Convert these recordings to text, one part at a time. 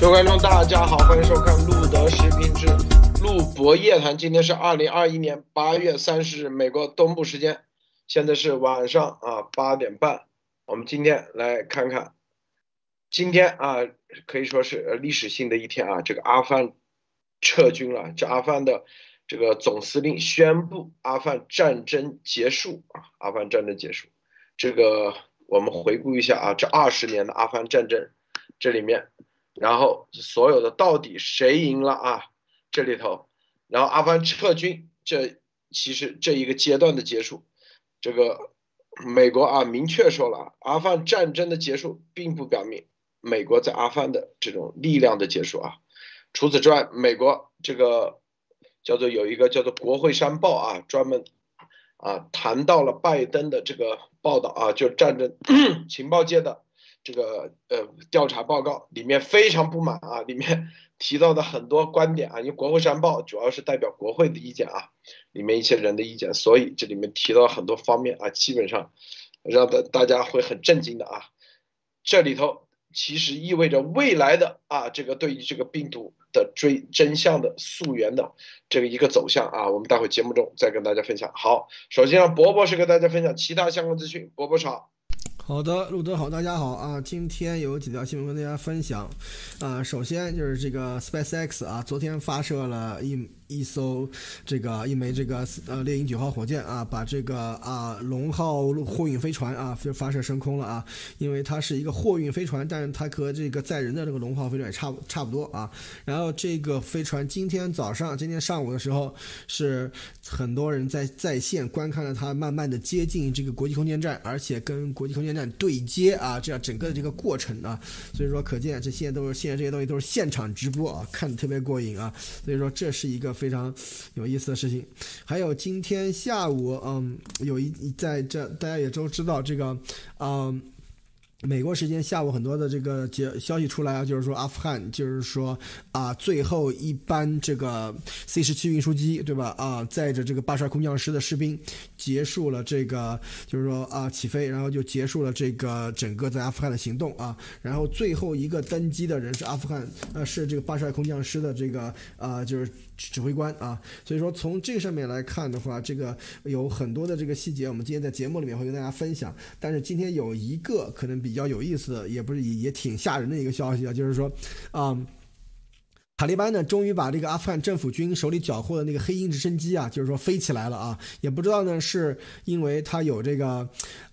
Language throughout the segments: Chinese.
各位观众，大家好，欢迎收看路德视频之路博夜谈。今天是2021年8月30日，美国东部时间，现在是晚上8点半。我们今天来看看，今天可以说是历史性的一天啊，这个阿富汗撤军了，这阿富汗的这个总司令宣布阿富汗战争结束啊，阿富汗战争结束。这个我们回顾一下啊，这20年的阿富汗战争，这里面。然后所有的到底谁赢了啊？这里头，然后阿富汗撤军，这其实这一个阶段的结束，这个美国明确说了，阿富汗战争的结束并不表明美国在阿富汗的这种力量的结束啊。除此之外，美国这个有一个叫做国会山报啊，专门谈到了拜登的这个报道啊，就战争情报界的。这个调查报告里面非常不满啊，里面提到的很多观点啊，因为国会山报主要是代表国会的意见啊，里面一些人的意见，所以这里面提到很多方面啊，基本上让大家会很震惊的啊。这里头其实意味着未来的这个对于这个病毒的真相的溯源的这个一个走向啊，我们待会节目中再跟大家分享。好，首先让博博士跟大家分享其他相关资讯，博博士好。 好的，路德好，大家好啊！今天有几条新闻跟大家分享首先就是这个 SpaceX 昨天发射了一枚这个猎鹰9号火箭把这个龙号货运飞船就发射升空了因为它是一个货运飞船，但是它和这个载人的这个龙号飞船也差不多然后这个飞船今天上午的时候，是很多人在线观看了它慢慢的接近这个国际空间站，而且跟国际空间站对接这样整个的这个过程所以说可见现在这些东西都是现场直播看得特别过瘾所以说这是一个非常有意思的事情。还有今天下午大家也都知道这个美国时间下午很多的这个消息出来就是说阿富汗就是说最后一班这个 C-17运输机对吧载着这个巴沙尔空降师的士兵结束了这个就是说起飞，然后就结束了这个整个在阿富汗的行动然后最后一个登机的人是阿富汗是这个巴沙尔空降师的这个就是指挥官所以说从这上面来看的话，这个有很多的这个细节我们今天在节目里面会跟大家分享，但是今天有一个可能比较有意思的，也挺吓人的一个消息就是说塔利班呢，终于把这个阿富汗政府军手里缴获的那个黑鹰直升机就是说飞起来了也不知道呢是因为它有这个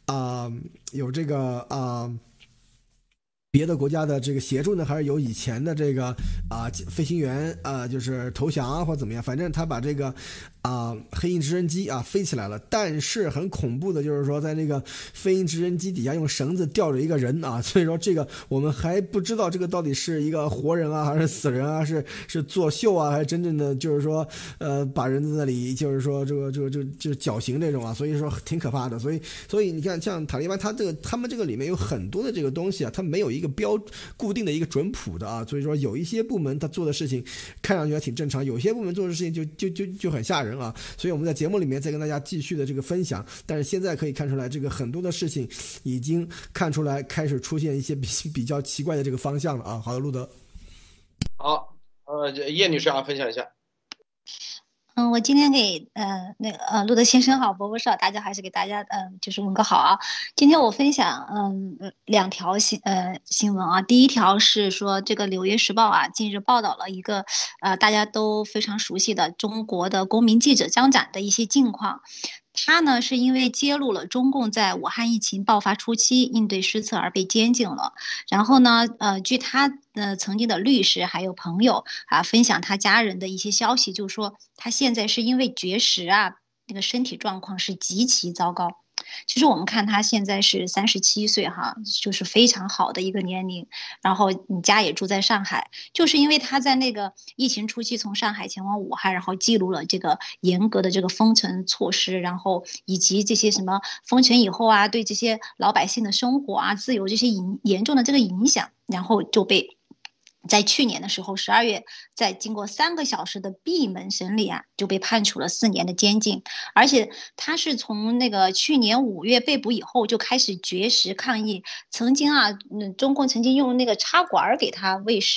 别的国家的这个协助呢，还是有以前的这个飞行员就是投降或怎么样，反正他把这个黑鹰直升机飞起来了，但是很恐怖的就是说在那个飞鹰直升机底下用绳子吊着一个人所以说这个我们还不知道这个到底是一个活人还是死人是作秀还是真正的就是说把人在那里就是说就是绞刑这种所以说挺可怕的。所以你看像塔利班他们这个里面有很多的这个东西他没有一个固定的一个准谱的所以说有一些部门他做的事情看上去还挺正常，有些部门做的事情就很吓人所以我们在节目里面再跟大家继续的这个分享，但是现在可以看出来这个很多的事情已经看出来开始出现一些比较奇怪的这个方向了好的，路德。 好，叶女士分享一下。 我今天给路德先生好，博博士好，大家还是给大家就是问个好今天我分享两条新闻第一条是说这个《纽约时报》近日报道了一个大家都非常熟悉的中国的公民记者张展的一些近况。他呢是因为揭露了中共在武汉疫情爆发初期应对失策而被监禁了。然后呢，据他曾经的律师还有朋友分享他家人的一些消息，就是说他现在是因为绝食那个身体状况是极其糟糕。其实我们看他现在是37岁就是非常好的一个年龄，然后你家也住在上海，就是因为他在那个疫情初期从上海前往武汉，然后记录了这个严格的这个封城措施，然后以及这些什么封城以后对这些老百姓的生活自由这些严重的这个影响，然后就被在去年的时候12月，在经过3个小时的闭门审理就被判处了4年的监禁。而且他是从那个去年5月被捕以后就开始绝食抗议，曾经中共曾经用那个插管给他喂食，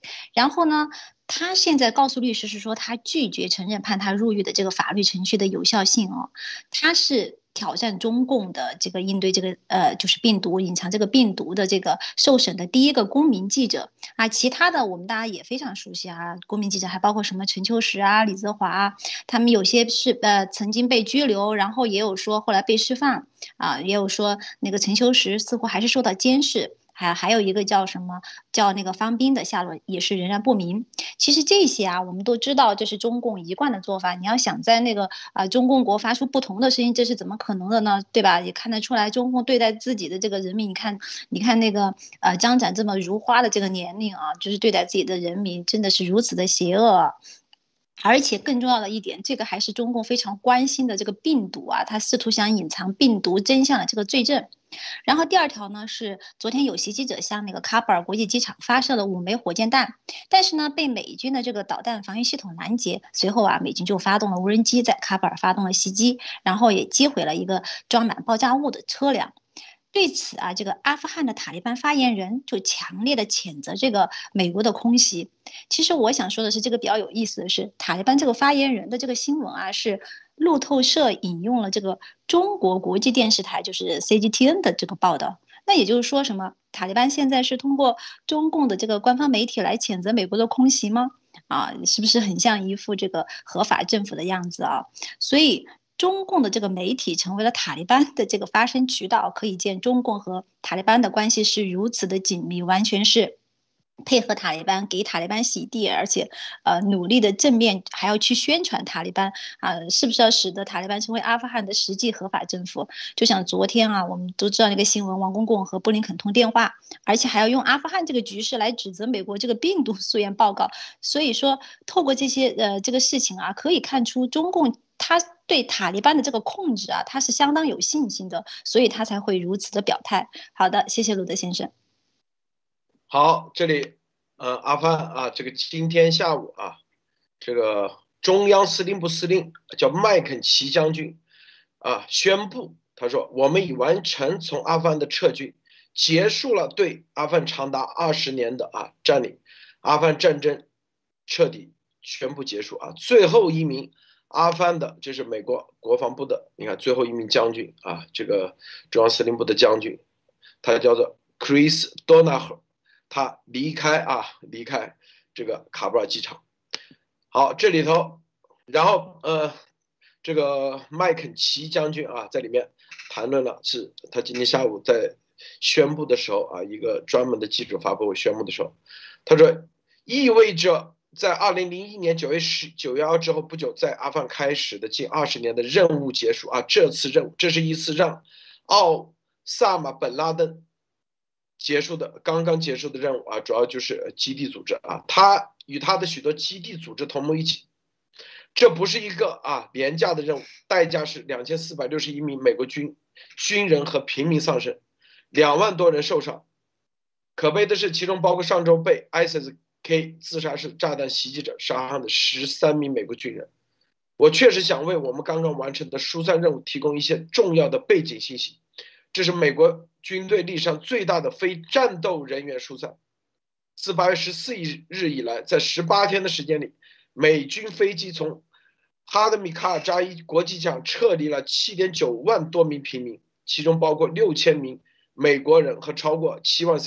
然后呢，他现在告诉律师是说，他拒绝承认判他入狱的这个法律程序的有效性哦，他是挑战中共的这个应对这个就是病毒隐藏这个病毒的这个受审的第一个公民记者啊，其他的我们大家也非常熟悉啊，公民记者还包括什么陈秋实啊、李泽华啊，他们有些是曾经被拘留，然后也有说后来被释放啊，也有说那个陈秋实似乎还是受到监视。还有一个叫什么叫那个方斌的下落也是仍然不明。其实这些啊，我们都知道这是中共一贯的做法。你要想在那个中共国发出不同的声音，这是怎么可能的呢？对吧？也看得出来，中共对待自己的这个人民，你看那个张展这么如花的这个年龄啊，就是对待自己的人民，真的是如此的邪恶啊。而且更重要的一点，这个还是中共非常关心的这个病毒啊，他试图想隐藏病毒真相的这个罪证。然后第二条呢是昨天有袭击者向那个喀布尔国际机场发射了5枚火箭弹，但是呢被美军的这个导弹防御系统拦截。随后啊，美军就发动了无人机在喀布尔发动了袭击，然后也击毁了一个装满爆炸物的车辆。对此啊，这个阿富汗的塔利班发言人就强烈的谴责这个美国的空袭。其实我想说的是，这个比较有意思的是，塔利班这个发言人的这个新闻啊，是路透社引用了这个中国国际电视台就是 CGTN 的这个报道。那也就是说，什么塔利班现在是通过中共的这个官方媒体来谴责美国的空袭吗？啊，是不是很像一副这个合法政府的样子啊？所以中共的这个媒体成为了塔利班的这个发声渠道，可以见中共和塔利班的关系是如此的紧密，完全是配合塔利班，给塔利班洗地，而且努力的正面还要去宣传塔利班啊，是不是要使得塔利班成为阿富汗的实际合法政府？就像昨天啊，我们都知道那个新闻，王公公和布林肯通电话，而且还要用阿富汗这个局势来指责美国这个病毒溯源报告。所以说，透过这些这个事情啊，可以看出中共他对塔利班的这个控制啊，他是相当有信心的，所以他才会如此的表态。好的，谢谢鲁德先生。 好，这里阿富汗啊，这个今天下午啊，这个中央司令部司令叫麦肯齐将军啊宣布，他说我们已完成从阿富汗的撤军，结束了对阿富汗长达20年的占领，阿富汗战争彻底宣布结束啊。最后一名阿富汗的，这是美国国防部的，你看最后一名将军啊，这个中央司令部的将军，他叫做 Chris Donaher。他离开这个喀布尔机场。好，这里头，然后这个麦肯齐将军啊，在里面谈论了，是他今天下午在宣布的时候啊，一个专门的记者发布会宣布的时候，他说意味着在2001年9月1日之后不久，在阿富汗开始的近20年的任务结束啊，这次任务，这是一次让奥萨马本拉登刚刚结束的任务啊，主要就是基地组织啊，他与他的许多基地组织同盟一起，这不是一个廉价的任务，代价是2461名美国军人和平民丧生，2万多人受伤。可悲的是，其中包括上周被 ISIS-K 自杀式炸弹袭击者杀害的13名美国军人。我确实想为我们刚刚完成的疏散任务提供一些重要的背景信息。这是美国军队历史上最大的非战斗人员疏散。自8月14日以来，在18天的时间里，美军飞机从哈德米卡尔扎伊国际机场撤离了7.9万多名平民，其中包括6000名美国人和超过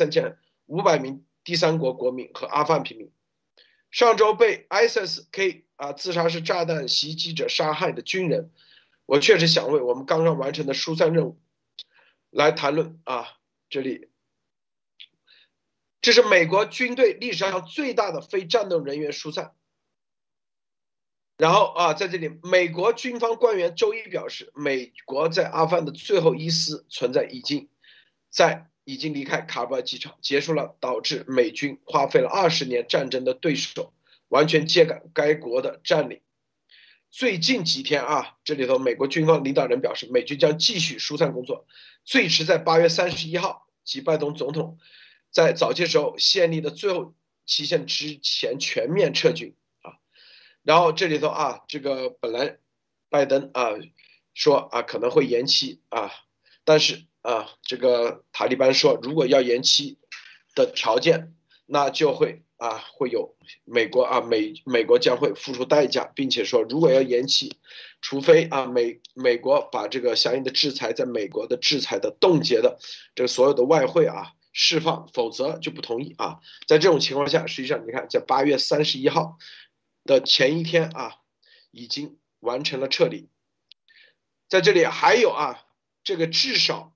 73500名第三国国民和阿富汗平民。上周被 ISIS-K 自杀式炸弹袭击者杀害的军人，我确实想为我们刚刚完成的疏散任务来谈论这里，这是美国军队历史上最大的非战斗人员疏散。然后在这里，美国军方官员周一表示，美国在阿富汗的最后一丝存在已经离开喀布尔机场，结束了导致美军花费了20年战争的对手完全接管该国的占领。最近几天这里头美国军方领导人表示，美军将继续疏散工作，最迟在8月31号，即拜登总统在早些时候限立的最后期限之前全面撤军然后这里头这个本来拜登说可能会延期但是这个塔利班说，如果要延期的条件，那就会会有美国将会付出代价，并且说如果要延期，除非美国把这个相应的制裁，在美国的制裁的冻结的这个所有的外汇释放，否则就不同意在这种情况下，实际上你看在8月31号的前一天已经完成了撤离。在这里还有这个至少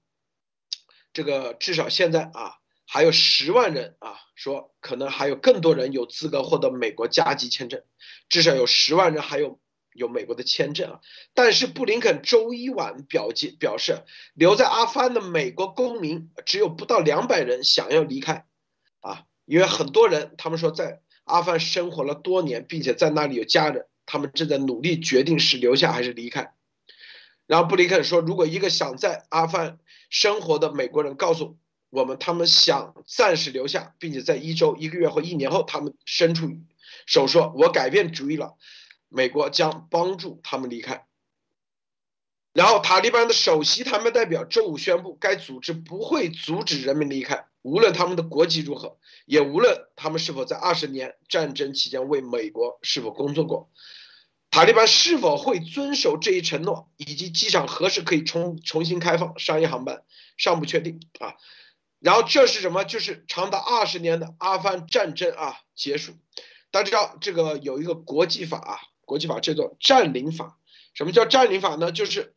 现在还有10万人说可能还有更多人有资格获得美国加急签证，至少有10万人还有美国的签证但是布林肯周一晚表示，留在阿富汗的美国公民只有不到200人想要离开因为很多人他们说在阿富汗生活了多年，并且在那里有家人，他们正在努力决定是留下还是离开。然后布林肯说，如果一个想在阿富汗生活的美国人告诉我们他们想暂时留下，并且在1周、1个月或1年后他们伸出手说我改变主意了，美国将帮助他们离开。然后塔利班的首席谈判代表周五宣布，该组织不会阻止人民离开，无论他们的国籍如何，也无论他们是否在20年战争期间为美国是否工作过。塔利班是否会遵守这一承诺，以及机场何时可以重新开放商业航班，尚不确定然后这是什么？就是长达20年的阿富汗战争结束。大家知道这个有一个国际法国际法叫做占领法。什么叫占领法呢？就是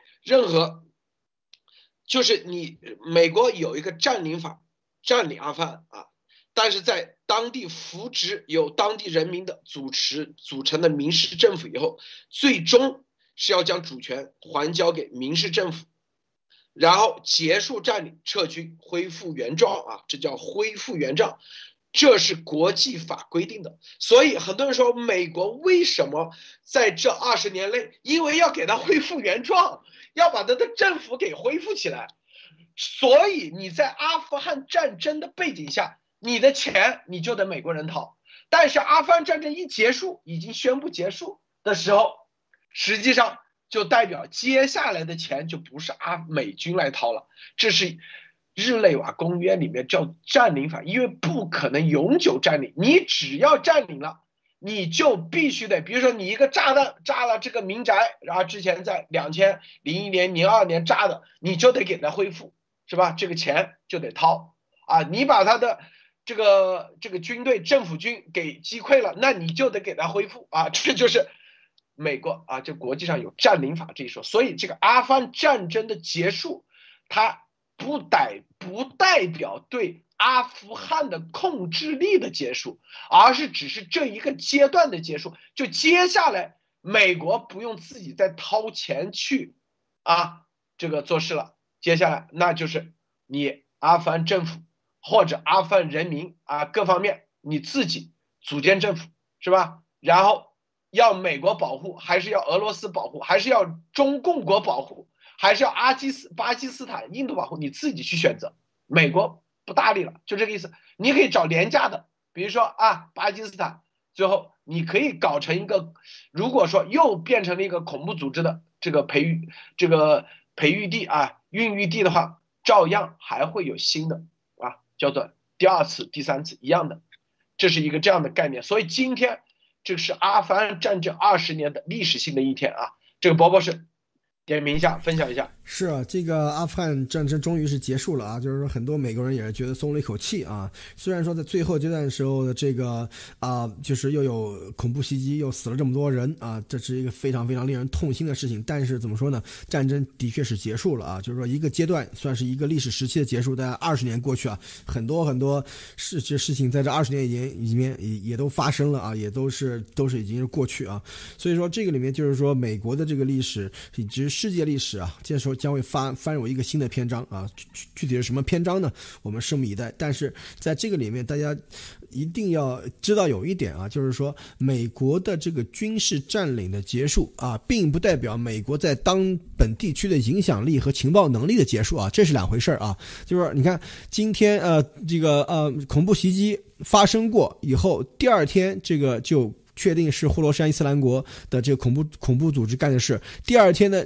美国有一个占领法，占领阿富汗但是在当地扶植由当地人民的组成的民事政府以后，最终是要将主权还交给民事政府，然后结束占领，撤军，恢复原状这叫恢复原状，这是国际法规定的。所以很多人说美国为什么在这20年内，因为要给它恢复原状，要把它的政府给恢复起来，所以你在阿富汗战争的背景下，你的钱你就得美国人掏。但是阿富汗战争一结束，已经宣布结束的时候，实际上就代表接下来的钱就不是美军来掏了。这是日内瓦公约里面叫占领法，因为不可能永久占领，你只要占领了，你就必须得，比如说你一个炸弹炸了这个民宅，然后之前在2001年、02年炸的，你就得给它恢复，是吧？这个钱就得掏你把他的这个军队政府军给击溃了，那你就得给他恢复这就是美国就国际上有占领法这一说。所以这个阿富汗战争的结束，它不代表对阿富汗的控制力的结束，而是只是这一个阶段的结束。就接下来美国不用自己再掏钱去这个做事了，接下来那就是你阿富汗政府或者阿富汗人民各方面你自己组建政府，是吧？然后要美国保护，还是要俄罗斯保护，还是要中共国保护，还是要巴基斯坦、印度保护，你自己去选择。美国不搭理了，就这个意思。你可以找廉价的，比如说巴基斯坦，最后你可以搞成一个，如果说又变成了一个恐怖组织的这个培育地孕育地的话，照样还会有新的叫做第2次、第3次一样的，这是一个这样的概念。所以今天这是阿富汗战争20年的历史性的一天这个博博士点评一下，分享一下。 是这个阿富汗战争终于是结束了就是说很多美国人也是觉得松了一口气虽然说在最后阶段的时候的这个就是又有恐怖袭击，又死了这么多人这是一个非常非常令人痛心的事情。但是怎么说呢，战争的确是结束了就是说一个阶段算是一个历史时期的结束。但20年过去很多很多事情在这20年里面也都发生了也都是已经是过去所以说这个里面就是说美国的这个历史以及世界历史这时候将会翻入一个新的篇章具体是什么篇章呢？我们拭目以待。但是在这个里面，大家一定要知道有一点就是说美国的这个军事占领的结束并不代表美国在当本地区的影响力和情报能力的结束这是两回事就是你看今天这个恐怖袭击发生过以后，第2天这个就确定是呼罗珊伊斯兰国的这个恐怖组织干的事，第2天的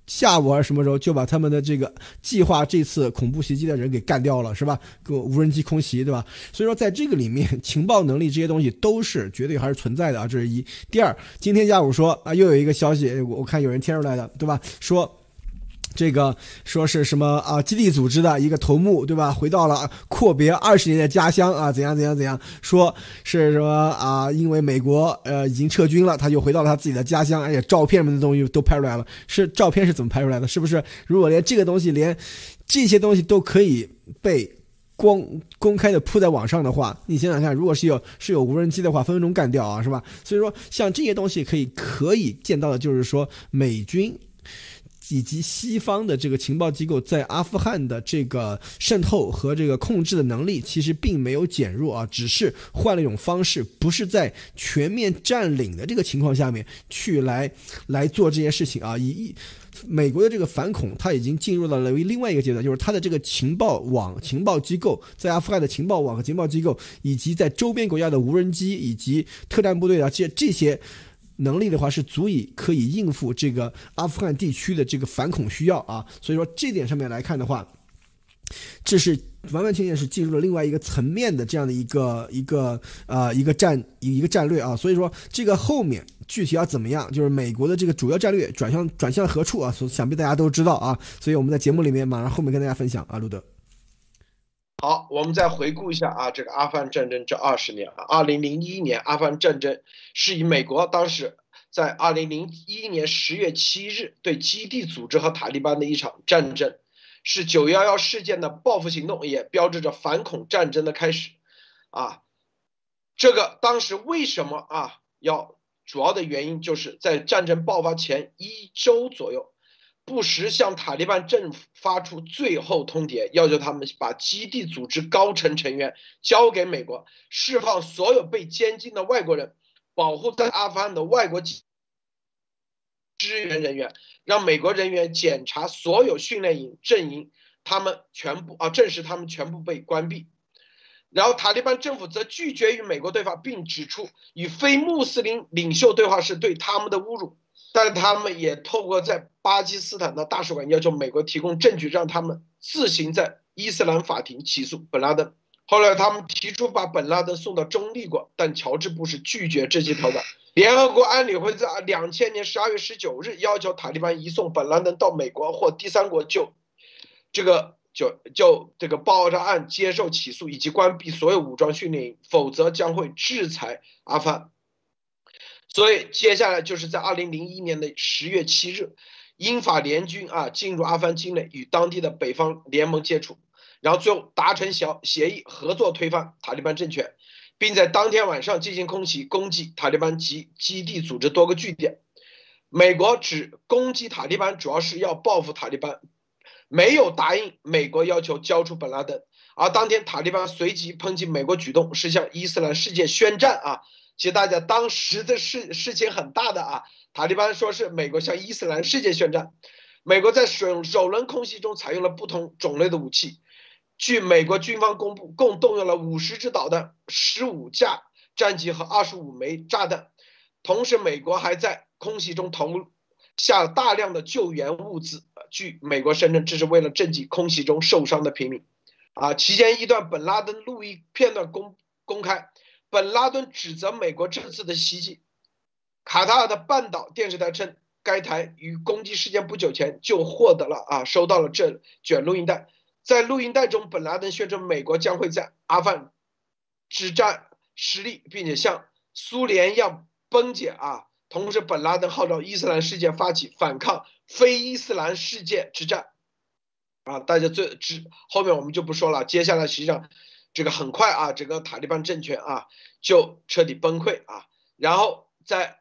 下午还是什么时候就把他们的这个计划这次恐怖袭击的人给干掉了，是吧？无人机空袭，对吧？所以说在这个里面，情报能力这些东西都是绝对还是存在的啊，这是一。第二，今天下午说啊，又有一个消息，我看有人贴出来的，对吧？说这个说是什么啊？基地组织的一个头目，对吧？回到了阔别20年的家乡啊，怎样？说是什么啊？因为美国已经撤军了，他就回到了他自己的家乡，而且照片什么的东西都拍出来了。照片是怎么拍出来的？是不是如果连这个东西，连这些东西都可以被公开的铺在网上的话，你想想看，如果是有无人机的话，分分钟干掉啊，是吧？所以说，像这些东西可以见到的，就是说美军以及西方的这个情报机构在阿富汗的这个渗透和这个控制的能力其实并没有减弱啊，只是换了一种方式，不是在全面占领的这个情况下面去来做这些事情啊。美国的这个反恐，它已经进入到了另外一个阶段，就是它的这个情报网、情报机构，在阿富汗的情报网和情报机构，以及在周边国家的无人机以及特战部队啊，这些能力的话是足以可以应付这个阿富汗地区的这个反恐需要啊，所以说这点上面来看的话，这是完完全全是进入了另外一个层面的这样的一个战略啊，所以说这个后面具体要怎么样，就是美国的这个主要战略转向何处啊，想必大家都知道啊，所以我们在节目里面马上后面跟大家分享啊，路德。 好，我们再回顾一下啊，这个阿富汗战争这20年啊，2001年阿富汗战争是以美国当时在2001年10月7日对基地组织和塔利班的一场战争，是911事件的报复行动，也标志着反恐战争的开始啊。这个当时为什么啊主要的原因就是在战争爆发前1周左右，布什向塔利班政府发出最后通牒，要求他们把基地组织高层成员交给美国，释放所有被监禁的外国人，保护在阿富汗的外国支援人员，让美国人员检查所有训练营、阵营，证实他们全部被关闭。然后塔利班政府则拒绝与美国对话，并指出与非穆斯林领袖对话是对他们的侮辱。但是他们也透过在巴基斯坦的大使馆要求美国提供证据，让他们自行在伊斯兰法庭起诉本拉登。后来他们提出把本拉登送到中立国，但乔治布什拒绝这些条款。联合国安理会在2000年12月19日要求塔利班移送本拉登到美国或第三国就这个爆炸案接受起诉，以及关闭所有武装训练营，否则将会制裁阿富汗。所以接下来就是在2001年的10月7日，英法联军进入阿富汗境内，与当地的北方联盟接触，然后最后达成协议，合作推翻塔利班政权，并在当天晚上进行空袭，攻击塔利班及基地组织多个据点。美国指攻击塔利班主要是要报复塔利班，没有答应美国要求交出本拉登。而当天塔利班随即抨击美国举动是向伊斯兰世界宣战啊。其实大家当时的事情很大的啊，塔利班说是美国向伊斯兰世界宣战。美国在首轮空袭中采用了不同种类的武器，据美国军方公布，共动用了50支导弹、15架战机和25枚炸弹。同时美国还在空袭中投下了大量的救援物资，据美国声称这是为了赈济空袭中受伤的平民期间一段本拉登录音片段公开，本拉登指责美国这次的袭击。卡塔尔的半岛电视台称，该台于攻击事件不久前就收到了这卷录音带。在录音带中，本拉登宣称美国将会在阿富汗止战失利，并且像苏联一样崩解同时本拉登号召伊斯兰世界发起反抗非伊斯兰世界之战大家后面我们就不说了。接下来实际上这个很快整个塔利班政权就彻底崩溃然后在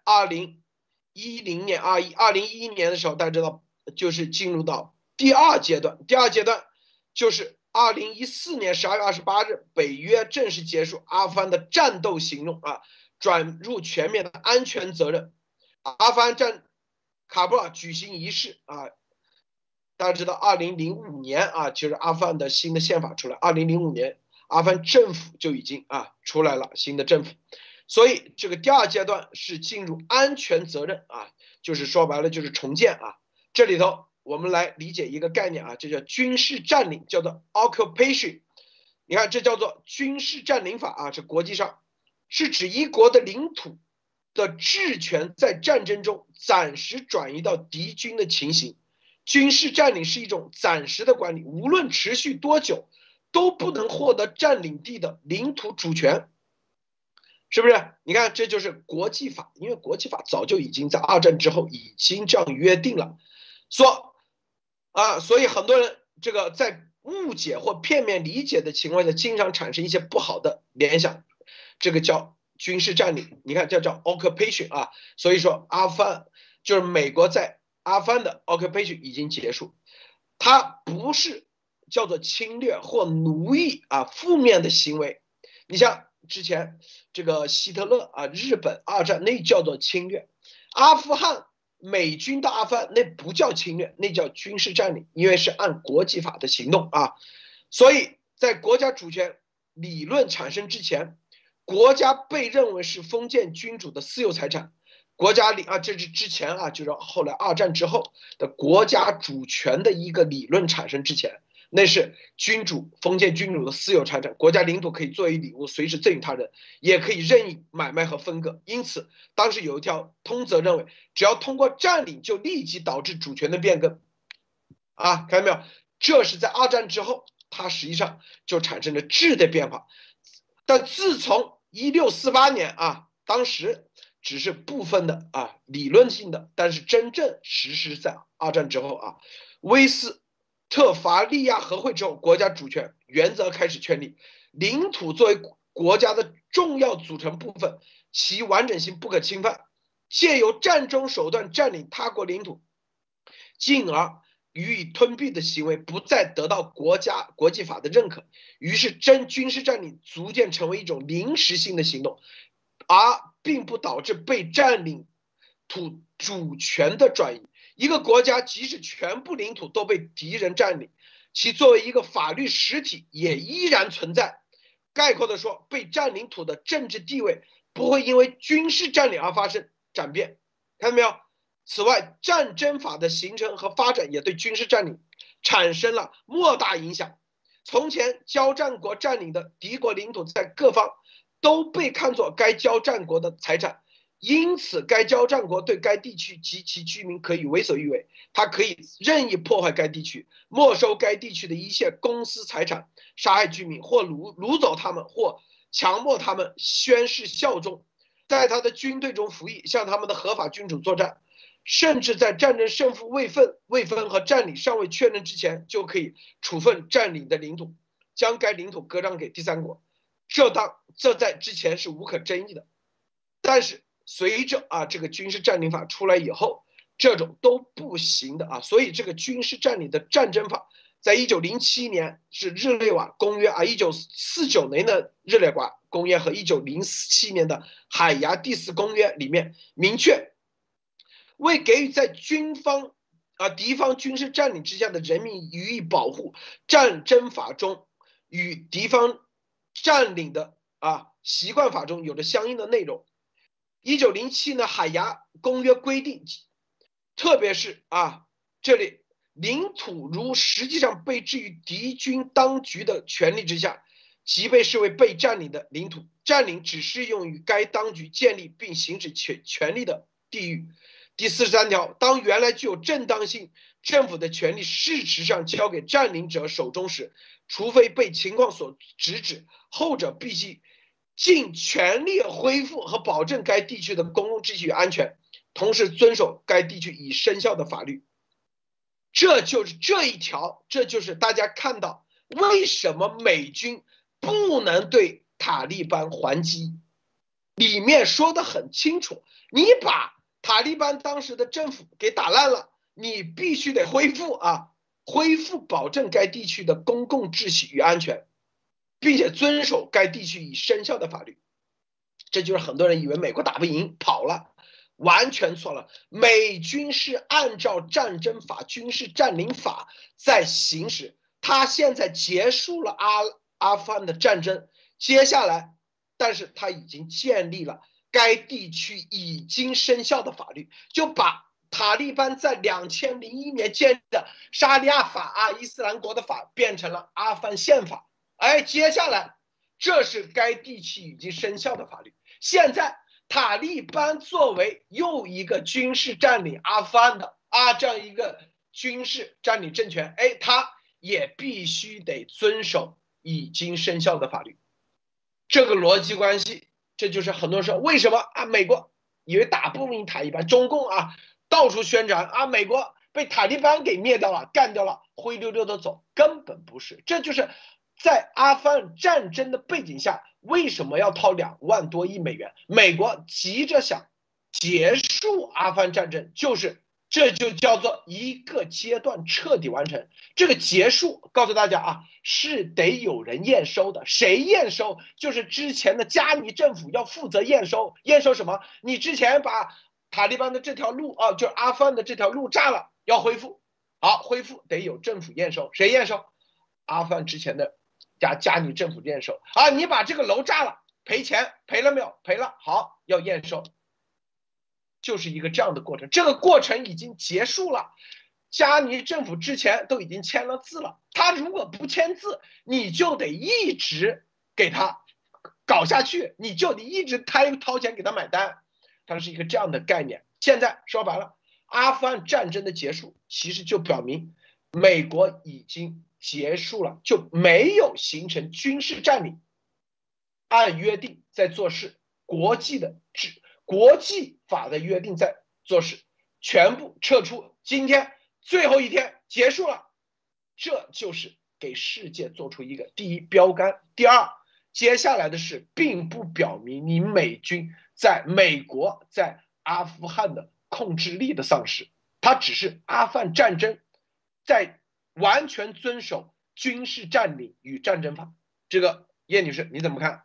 2011年的时候，大家知道就是进入到第二阶段就是2014年12月28日，北约正式结束阿富汗的战斗行动转入全面的安全责任。阿富汗喀布尔举行仪式大家知道2005年就是阿富汗的新的宪法出来，2005年阿富汗政府就已经出来了新的政府。所以这个第二阶段是进入安全责任就是说白了就是重建这里头我们来理解一个概念啊，这叫军事占领，叫做 occupation。你看，这叫做军事占领法啊，这国际上是指一国的领土的治权在战争中暂时转移到敌军的情形。军事占领是一种暂时的管理，无论持续多久，都不能获得占领地的领土主权。是不是？你看，这就是国际法，因为国际法早就已经在二战之后已经这样约定了，所以很多人这个在误解或片面理解的情况下，经常产生一些不好的联想，这个叫军事占领。你看，这叫 occupation 啊，所以说阿富汗就是美国在阿富汗的 occupation 已经结束，它不是叫做侵略或奴役啊，负面的行为。你像之前这个希特勒啊，日本二战那叫做侵略，阿富汗美军到阿富汗那不叫侵略，那叫军事占领，因为是按国际法的行动啊。所以在国家主权理论产生之前，国家被认为是封建君主的私有财产。国家这是之前啊，就是后来二战之后的国家主权的一个理论产生之前，那是封建君主的私有财产，国家领土可以作为礼物随时赠予他人，也可以任意买卖和分割。因此当时有一条通则认为，只要通过占领就立即导致主权的变更啊，看到没有？这是在二战之后，它实际上就产生了质的变化。但自从1648年啊，当时只是部分的理论性的，但是真正实施在二战之后啊，威斯特伐利亚和会之后，国家主权原则开始确立，领土作为国家的重要组成部分，其完整性不可侵犯，借由战争手段占领他国领土，进而予以吞并的行为不再得到国际法的认可，于是军事占领逐渐成为一种临时性的行动，而并不导致被占领土主权的转移。一个国家即使全部领土都被敌人占领，其作为一个法律实体也依然存在。概括的说，被占领土的政治地位不会因为军事占领而发生转变，看到没有？此外，战争法的形成和发展也对军事占领产生了莫大影响。从前交战国占领的敌国领土在各方都被看作该交战国的财产，因此该交战国对该地区及其居民可以为所欲为，他可以任意破坏该地区，没收该地区的一切公私财产，杀害居民，或掳走他们，或强迫他们宣誓效忠，在他的军队中服役，向他们的合法君主作战，甚至在战争胜负未分和占领尚未确认之前，就可以处分占领的领土，将该领土割让给第三国。这在之前是无可争议的。但是随着这个军事占领法出来以后，这种都不行的啊。所以这个军事占领的战争法，在1907年是日内瓦公约1949年的日内瓦公约和1907年的海牙第4公约里面明确，为给予在敌方军事占领之下的人民予以保护，战争法中与敌方占领的习惯法中有着相应的内容。1907年海牙公约规定，特别是这里领土如实际上被置于敌军当局的权力之下，即被视为被占领的领土，占领只适用于该当局建立并行使权力的地域。第43条，当原来具有正当性政府的权力事实上交给占领者手中时，除非被情况所直指，后者必须尽全力恢复和保证该地区的公共秩序与安全，同时遵守该地区已生效的法律。这就是这一条，这就是大家看到为什么美军不能对塔利班还击，里面说得很清楚，你把塔利班当时的政府给打烂了，你必须得恢复保证该地区的公共秩序与安全，并且遵守该地区已生效的法律。这就是很多人以为美国打不赢跑了，完全错了。美军是按照战争法、军事占领法在行使，他现在结束了阿富汗的战争，接下来但是他已经建立了该地区已经生效的法律，就把塔利班在2001年建立的沙利亚法啊，伊斯兰国的法变成了阿富汗宪法。哎，接下来这是该地区已经生效的法律。现在塔利班作为又一个军事占领阿富汗的这样一个军事占领政权，哎，他也必须得遵守已经生效的法律。这个逻辑关系，这就是很多人说为什么美国以为打不赢塔利班，中共到处宣传美国被塔利班给灭掉了，干掉了，灰溜溜的走，根本不是。这就是在阿富汗战争的背景下，为什么要掏2万多亿美元？美国急着想结束阿富汗战争，这就叫做一个阶段彻底完成。这个结束告诉大家是得有人验收的。谁验收？就是之前的加尼政府要负责验收。验收什么？你之前把塔利班的这条路就是阿富汗的这条路炸了，要恢复。好，恢复得有政府验收。谁验收？阿富汗之前的加尼政府验收。你把这个楼炸了，赔钱，赔了没有？赔了。好，要验收。就是一个这样的过程，这个过程已经结束了。加尼政府之前都已经签了字了，他如果不签字，你就得一直给他搞下去，你就得一直掏钱给他买单，它是一个这样的概念。现在说白了，阿富汗战争的结束，其实就表明美国已经结束了，就没有形成军事占领，按约定在做事，国际法的约定在做事，全部撤出。今天最后一天结束了，这就是给世界做出一个第一标杆。第二，接下来的事并不表明你美军在美国在阿富汗的控制力的丧失，它只是阿富汗战争在完全遵守军事占领与战争法。这个叶女士你怎么看？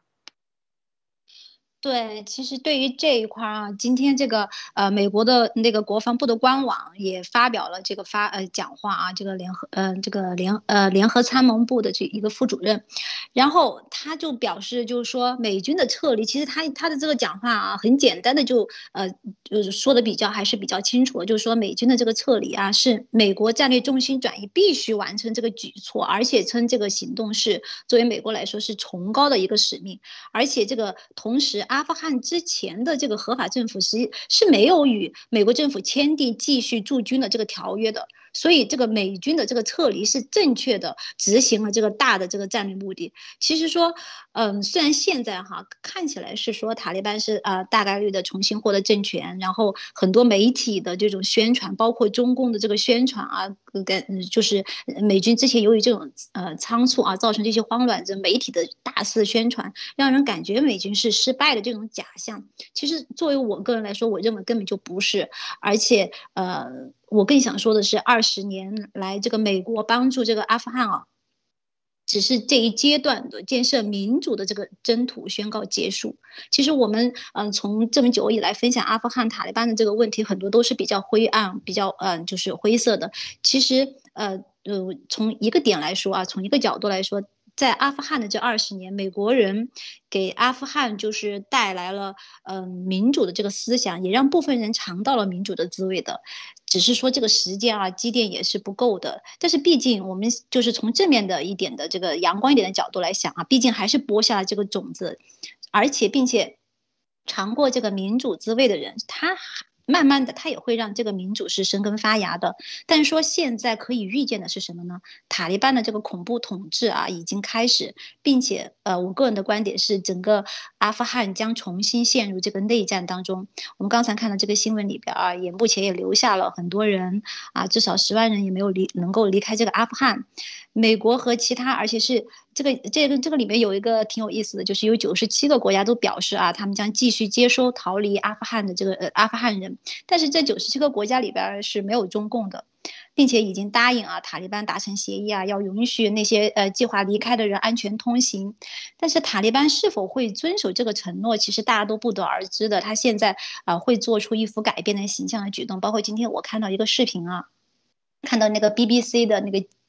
对，其实对于这一块今天这个美国的那个国防部的官网也发表了这个讲话这个联合参谋部的这一个副主任，然后他就表示就是说美军的撤离，其实他的这个讲话很简单的就是说的还是比较清楚的，就是说美军的这个撤离是美国战略重心转移必须完成这个举措，而且称这个行动是作为美国来说是崇高的一个使命，而且这个同时阿富汗之前的这个合法政府是没有与美国政府签订继续驻军的这个条约的，所以这个美军的这个撤离是正确的执行了这个大的这个战略目的。其实说虽然现在看起来是说塔利班是大概率的重新获得政权，然后很多媒体的这种宣传，包括中共的这个宣传就是美军之前由于这种仓促造成这些慌乱，这媒体的大肆宣传，让人感觉美军是失败的这种假象。其实作为我个人来说，我认为根本就不是，而且我更想说的是20年来这个美国帮助这个阿富汗只是这一阶段的建设民主的这个征途宣告结束。其实我们从这么久以来分享阿富汗塔利班的这个问题，很多都是比较灰暗、比较就是灰色的。其实从一个点来说从一个角度来说，在阿富汗的这20年，美国人给阿富汗就是带来了民主的这个思想，也让部分人尝到了民主的滋味的。只是说这个时间积淀也是不够的，但是毕竟我们就是从正面的一点的这个阳光一点的角度来想毕竟还是播下了这个种子，而且并且尝过这个民主滋味的人，他慢慢的他也会让这个民主是生根发芽的。但是说现在可以预见的是什么呢？塔利班的这个恐怖统治已经开始，并且我个人的观点是整个阿富汗将重新陷入这个内战当中。我们刚才看到这个新闻里边也目前也留下了很多人至少10万人也没有能够离开这个阿富汗。美国和其他，而且是这个里面有一个挺有意思的，就是有97个国家都表示他们将继续接收逃离阿富汗的这个阿富汗人，但是这97个国家里边是没有中共的，并且已经答应塔利班达成协议要允许那些计划离开的人安全通行。但是塔利班是否会遵守这个承诺，其实大家都不得而知的。他现在会做出一副改变的形象的举动，包括今天我看到一个视频看到那个 BBC 的那个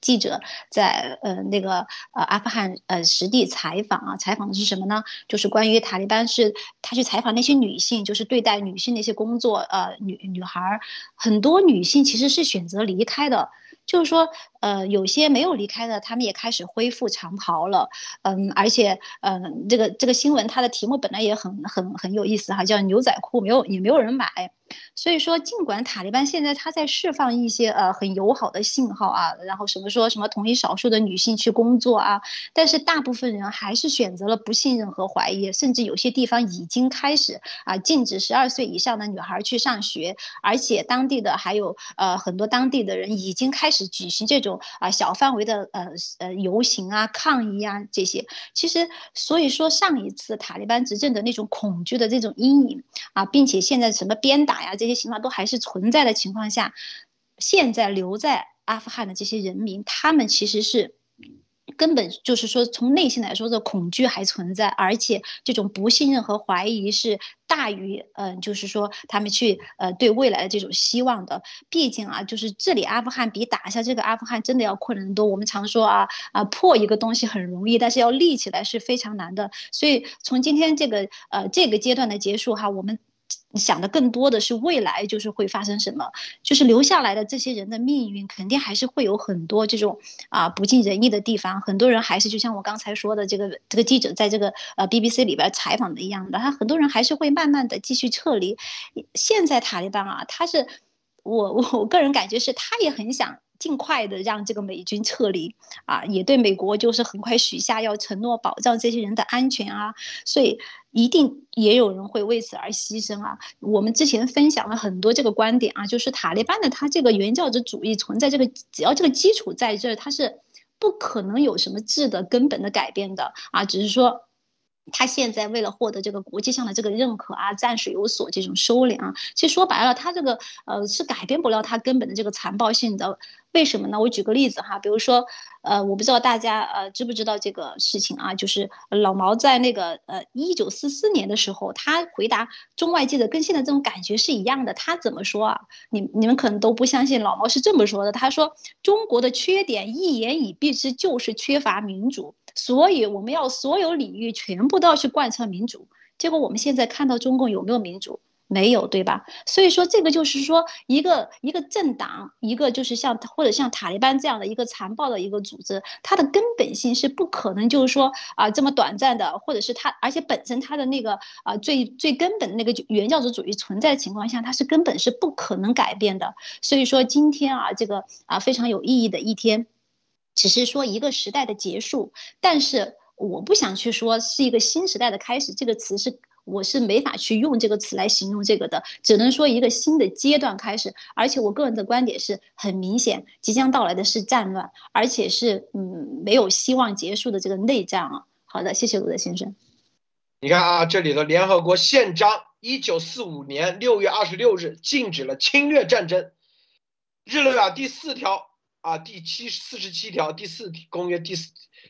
记者在那个阿富汗实地采访啊，采访的是什么呢？就是关于塔利班他去采访那些女性，就是对待女性的一些工作，女孩很多女性其实是选择离开的。就是说，有些没有离开的，他们也开始恢复长袍了，而且，这个新闻它的题目本来也很有意思哈，叫牛仔裤也没有人买，所以说，尽管塔利班现在他在释放一些很友好的信号啊，然后说什么同意少数的女性去工作啊，但是大部分人还是选择了不信任和怀疑，甚至有些地方已经开始禁止12岁以上的女孩去上学，而且当地的还有很多当地的人已经开始举行这种小范围的游行啊、抗议啊这些。其实，所以说上一次塔利班执政的那种恐惧的这种阴影并且现在什么鞭打呀这些情况都还是存在的情况下，现在留在阿富汗的这些人民，他们其实是根本就是说从内心来说，这恐惧还存在，而且这种不信任和怀疑是大于就是说他们去对未来的这种希望的。毕竟就是这里阿富汗比打下这个阿富汗真的要困难多。我们常说破一个东西很容易，但是要立起来是非常难的。所以从今天这个阶段的结束我们想的更多的是未来就是会发生什么，就是留下来的这些人的命运肯定还是会有很多这种不尽人意的地方。很多人还是就像我刚才说的这个记者在这个BBC 里边采访的一样的，很多人还是会慢慢的继续撤离。现在塔利班他是我个人感觉是他也很想尽快的让这个美军撤离也对美国就是很快许下要承诺保障这些人的安全所以一定也有人会为此而牺牲我们之前分享了很多这个观点就是塔利班的他这个原教旨主义存在这个，只要这个基础在这，他是不可能有什么质的根本的改变的只是说他现在为了获得这个国际上的这个认可暂时有所这种收敛其实说白了，他这个是改变不了他根本的这个残暴性的。为什么呢？我举个例子比如说我不知道大家知不知道这个事情就是老毛在那个1944年的时候，他回答中外记者跟现在这种感觉是一样的。他怎么说你们可能都不相信，老毛是这么说的，他说中国的缺点一言以蔽之，就是缺乏民主，所以我们要所有领域全部都要去贯彻民主。结果我们现在看到中共有没有民主？没有，对吧？所以说这个就是说一个政党，一个就是或者像塔利班这样的一个残暴的一个组织，它的根本性是不可能就是说这么短暂的，或者是它，而且本身它的那个最根本的那个原教旨主义存在的情况下，它是根本是不可能改变的。所以说今天这个非常有意义的一天，只是说一个时代的结束，但是我不想去说是一个新时代的开始，这个词我是没法去用这个词来形容这个的，只能说一个新的阶段开始。而且我个人的观点是很明显，即将到来的是战乱，而且是没有希望结束的这个内战好的，谢谢鲁德先生。 你看这里的联合国宪章1945年6月26日禁止了侵略战争。日内瓦第4条第47条第4公约第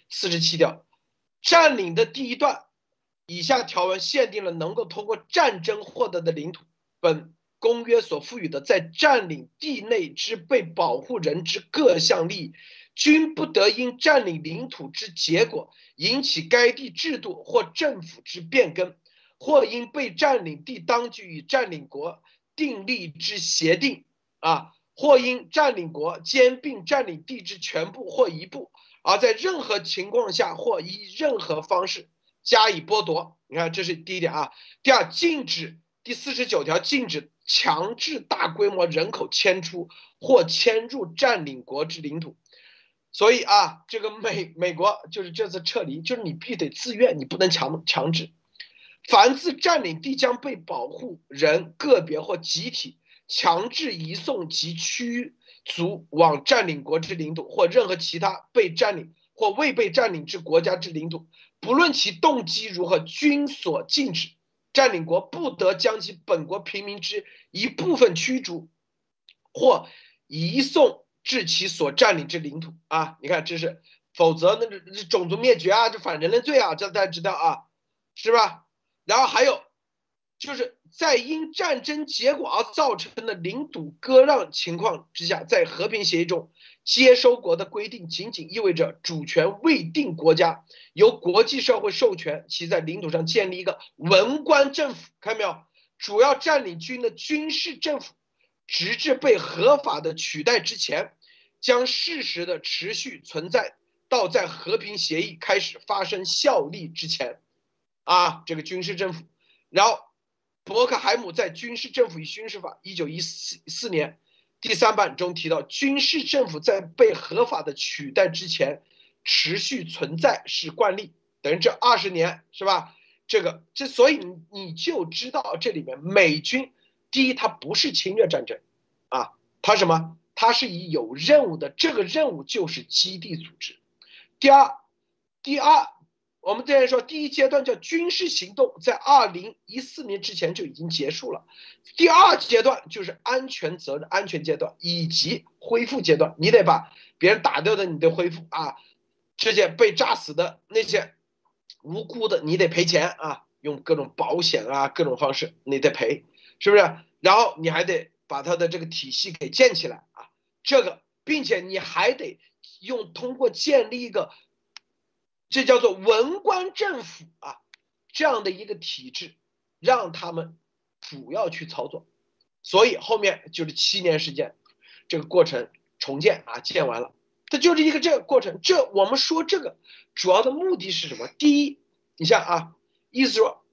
47条占领的第1段以下条文限定了能够通过战争获得的领土，本公约所赋予的在占领地内之被保护人之各项利益，均不得因占领领土之结果引起该地制度或政府之变更，或因被占领地当局与占领国订立之协定或因占领国兼并占领地之全部或一部，而在任何情况下或以任何方式加以剥夺。你看，这是第一点第二，禁止第49条禁止强制大规模人口迁出或迁入占领国之领土。所以这个美国就是这次撤离，就是你必须得自愿，你不能强制。凡自占领地将被保护人个别或集体强制移送及驱逐往占领国之领土或任何其他被占领或未被占领之国家之领土，不论其动机如何，均所禁止。占领国不得将其本国平民之一部分驱逐或移送至其所占领之领土你看这是，否则那种族灭绝这反人类罪这大家知道是吧？然后还有就是在因战争结果而造成的领土割让情况之下，在和平协议中，接收国的规定仅仅意味着主权未定国家由国际社会授权其在领土上建立一个文官政府，看到没有？主要占领军的军事政府，直至被合法的取代之前，将适时的持续存在到在和平协议开始发生效力之前，这个军事政府。然后伯克海姆在《军事政府与军事法》1914年第3版中提到，军事政府在被合法的取代之前持续存在是惯例，等于这20年是吧？所以你就知道这里面美军，第一，它不是侵略战争它什么？它是以有任务的，这个任务就是基地组织。第二，我们之前说第一阶段叫军事行动，在2014年之前就已经结束了。第二阶段就是安全责任、安全阶段以及恢复阶段，你得把别人打掉的你得恢复这些被炸死的那些无辜的你得赔钱用各种保险各种方式你得赔，是不是？然后你还得把他的这个体系给建起来并且你还得通过建立一个这叫做文官政府这样的一个体制，让他们主要去操作。所以后面就是7年时间，这个过程重建建完了，这就是一个这个过程。我们说这个主要的目的是什么？第一，你像意思说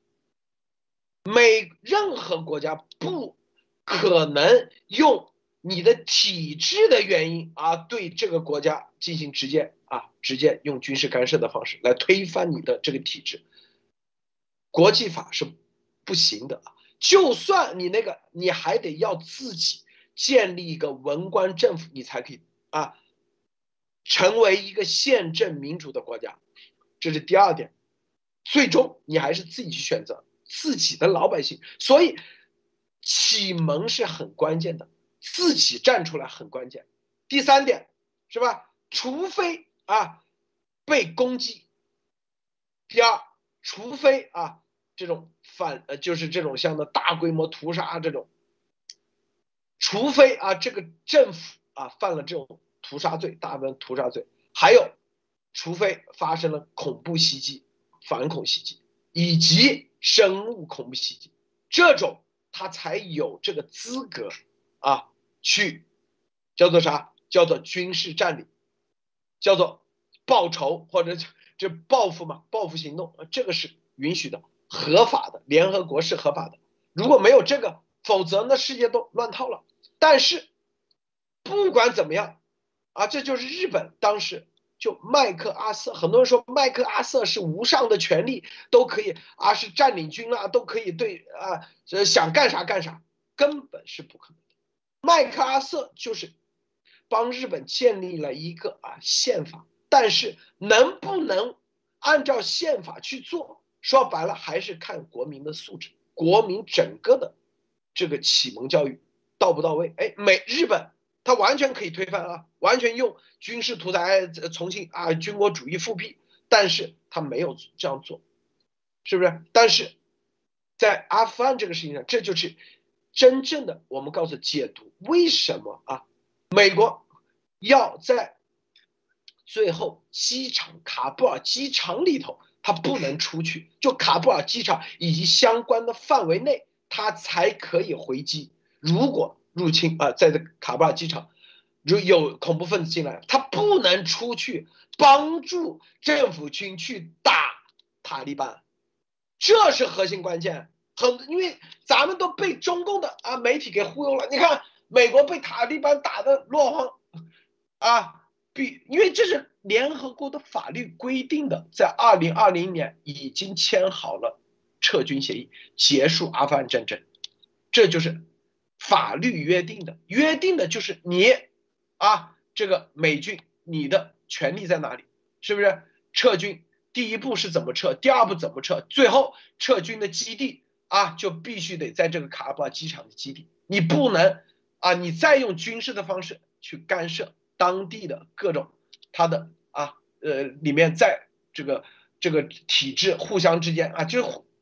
任何国家不可能用你的体制的原因对这个国家进行直接用军事干涉的方式来推翻你的这个体制，国际法是不行的。就算你还得要自己建立一个文官政府，你才可以成为一个宪政民主的国家。这是第二点，最终你还是自己去选择自己的老百姓。所以启蒙是很关键的，自己站出来很关键。第三点是吧？除非被攻击。第二，除非这种就是这种像的大规模屠杀这种，除非这个政府犯了这种屠杀罪，大部分屠杀罪，还有除非发生了恐怖袭击、反恐袭击以及生物恐怖袭击，这种他才有这个资格去叫做啥？叫做军事占领，叫做报仇或者这报复嘛，报复行动，这个是允许的，合法的，联合国是合法的。如果没有这个，否则那世界都乱套了。但是不管怎么样这就是日本当时就麦克阿瑟，很多人说麦克阿瑟是无上的权力，都可以是占领军都可以对想干啥干啥，根本是不可能的。麦克阿瑟就是帮日本建立了一个宪法，但是能不能按照宪法去做，说白了还是看国民的素质，国民整个的这个启蒙教育到不到位。日本他完全可以推翻完全用军事屠宰重庆军国主义复辟，但是他没有这样做，是不是？但是在阿富汗这个事情上，这就是真正的我们告诉解读为什么美国要在最后卡布尔机场里头他不能出去，就卡布尔机场以及相关的范围内他才可以回击。如果入侵在这卡布尔机场如有恐怖分子进来，他不能出去帮助政府军去打塔利班，这是核心关键。因为咱们都被中共的媒体给忽悠了。你看美国被塔利班打得落荒因为这是联合国的法律规定的，在2020年已经签好了撤军协议，结束阿富汗战争，这就是法律约定的就是你这个美军你的权利在哪里，是不是？撤军第一步是怎么撤，第二步怎么撤，最后撤军的基地就必须得在这个卡布尔机场的基地，你不能你再用军事的方式去干涉当地的各种它的里面在这个体制互相之间就是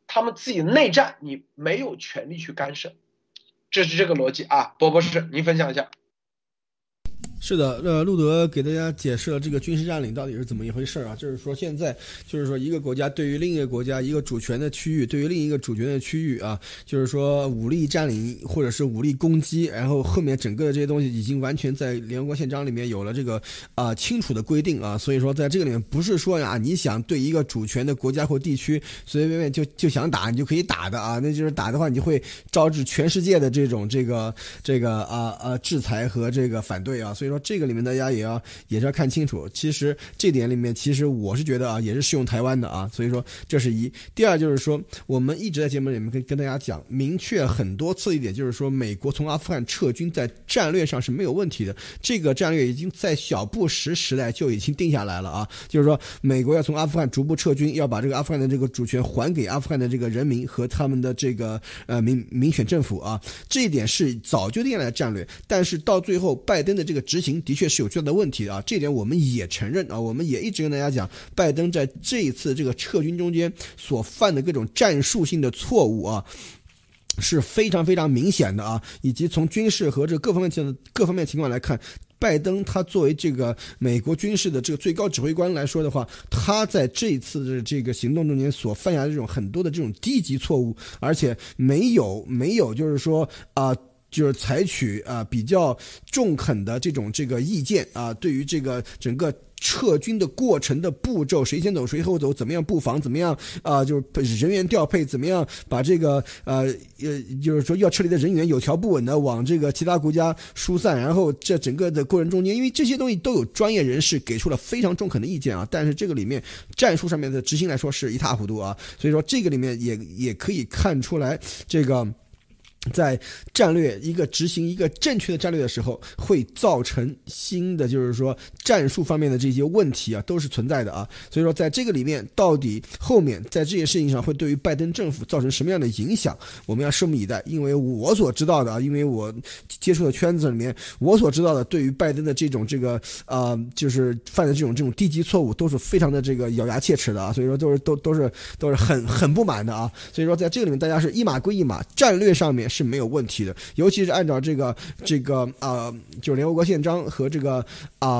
他们自己内战，你没有权利去干涉，这是这个逻辑啊。博博士，您分享一下。 是的，路德给大家解释了这个军事占领到底是怎么一回事啊？就是说现在就是说一个国家对于另一个国家一个主权的区域，对于另一个主权的区域啊，就是说武力占领或者是武力攻击，然后后面整个的这些东西已经完全在联合国宪章里面有了这个清楚的规定啊。所以说在这个里面不是说呀你想对一个主权的国家或地区随随便便就想打你就可以打的啊，那就是打的话你就会招致全世界的这种这个制裁和这个反对啊。所以说这个里面大家也是要看清楚，其实这点里面其实我是觉得啊也是适用台湾的啊。所以说这是一。第二就是说我们一直在节目里面跟大家讲明确很多次一点，就是说美国从阿富汗撤军在战略上是没有问题的，这个战略已经在小布什时代就已经定下来了啊，就是说美国要从阿富汗逐步撤军，要把这个阿富汗的这个主权还给阿富汗的这个人民和他们的这个民选政府啊，这一点是早就定下来的战略。但是到最后拜登的这个执行的确是有巨大的问题的啊，这点我们也承认啊，我们也一直跟大家讲，拜登在这一次这个撤军中间所犯的各种战术性的错误啊，是非常非常明显的啊，以及从军事和这各方面情况来看，拜登他作为这个美国军事的这个最高指挥官来说的话，他在这一次的这个行动中间所犯下的这种很多的这种低级错误，而且没有就是说就是采取比较中肯的这个意见啊，对于这个整个撤军的过程的步骤，谁先走谁后走，怎么样布防，怎么样就是人员调配，怎么样把这个就是说要撤离的人员有条不紊的往这个其他国家疏散，然后这整个的过程中间，因为这些东西都有专业人士给出了非常中肯的意见啊，但是这个里面战术上面的执行来说是一塌糊涂啊，所以说这个里面也可以看出来这个。在战略执行一个正确的战略的时候，会造成新的就是说战术方面的这些问题啊，都是存在的啊。所以说在这个里面，到底后面在这些事情上会对于拜登政府造成什么样的影响，我们要拭目以待。因为我所知道的啊，因为我接触的圈子里面，我所知道的对于拜登的这种就是犯的这种低级错误，都是非常的这个咬牙切齿的啊。所以说都是很不满的啊。所以说在这个里面，大家是一码归一码，战略上面是没有问题的，尤其是按照就是联合国宪章和这个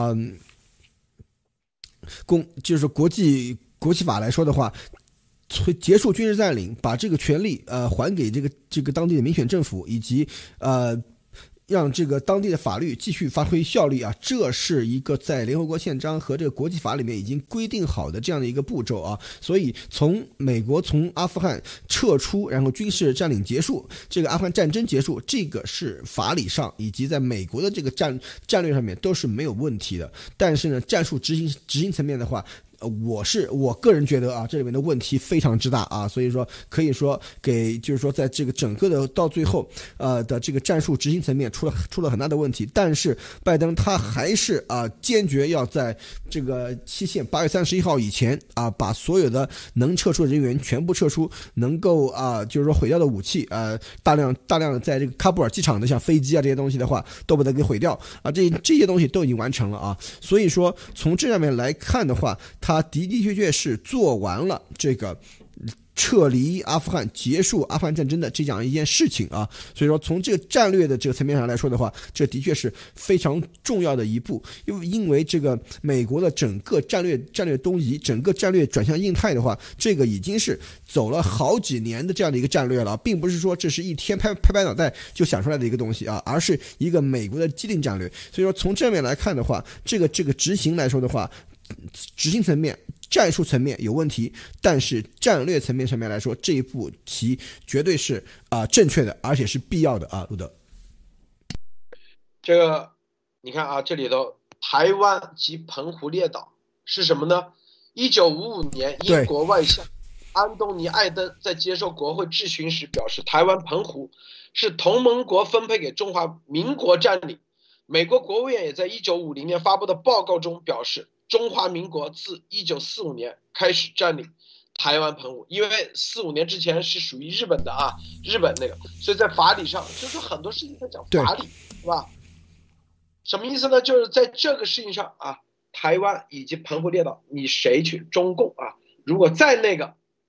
就是国际法来说的话，结束军事占领，把这个权利还给这个当地的民选政府，以及让这个当地的法律继续发挥效力啊，这是一个在联合国宪章和这个国际法里面已经规定好的这样的一个步骤啊。所以美国从阿富汗撤出，然后军事占领结束，这个阿富汗战争结束，这个是法理上以及在美国的这个战略上面都是没有问题的。但是呢，战术执行层面的话，我个人觉得啊，这里面的问题非常之大啊，所以说可以说就是说在这个整个的到最后的这个战术执行层面出了很大的问题。但是拜登他还是坚决要在这个期限8月31号以前把所有的能撤出的人员全部撤出，能够就是说毁掉的武器大量的在这个喀布尔机场的像飞机这些东西的话都把它给毁掉这些东西都已经完成了啊。所以说从这上面来看的话，他的确是做完了这个撤离阿富汗、结束阿富汗战争的这样一件事情啊。所以说从这个战略的这个层面上来说的话，这的确是非常重要的一步。因为这个美国的整个战略东移，整个战略转向印太的话，这个已经是走了好几年的这样的一个战略了，并不是说这是一天拍脑袋就想出来的一个东西啊，而是一个美国的既定战略。所以说从正面来看的话，这个执行来说的话，执行层面、战术层面有问题，但是战略层面上面来说，这一步棋绝对是正确的，而且是必要的啊。路德， 这个你看啊，这里头台湾及澎湖列岛是什么呢？1955年，英国外相安东尼·艾登在接受国会质询时表示，台湾、澎湖是同盟国分配给中华民国占领。美国国务院也在1950年发布的报告中表示，中华民国自1945年开始占领台湾、澎湖，因为45年之前是属于日本的日本那个，所以在法理上就是很多事情在讲法理，是吧？什么意思呢？就是在这个事情上台湾以及澎湖列岛，你谁去中共如果在那个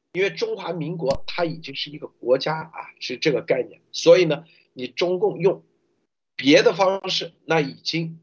因为中华民国它已经是一个国家啊，是这个概念，所以呢，你中共用别的方式，那已经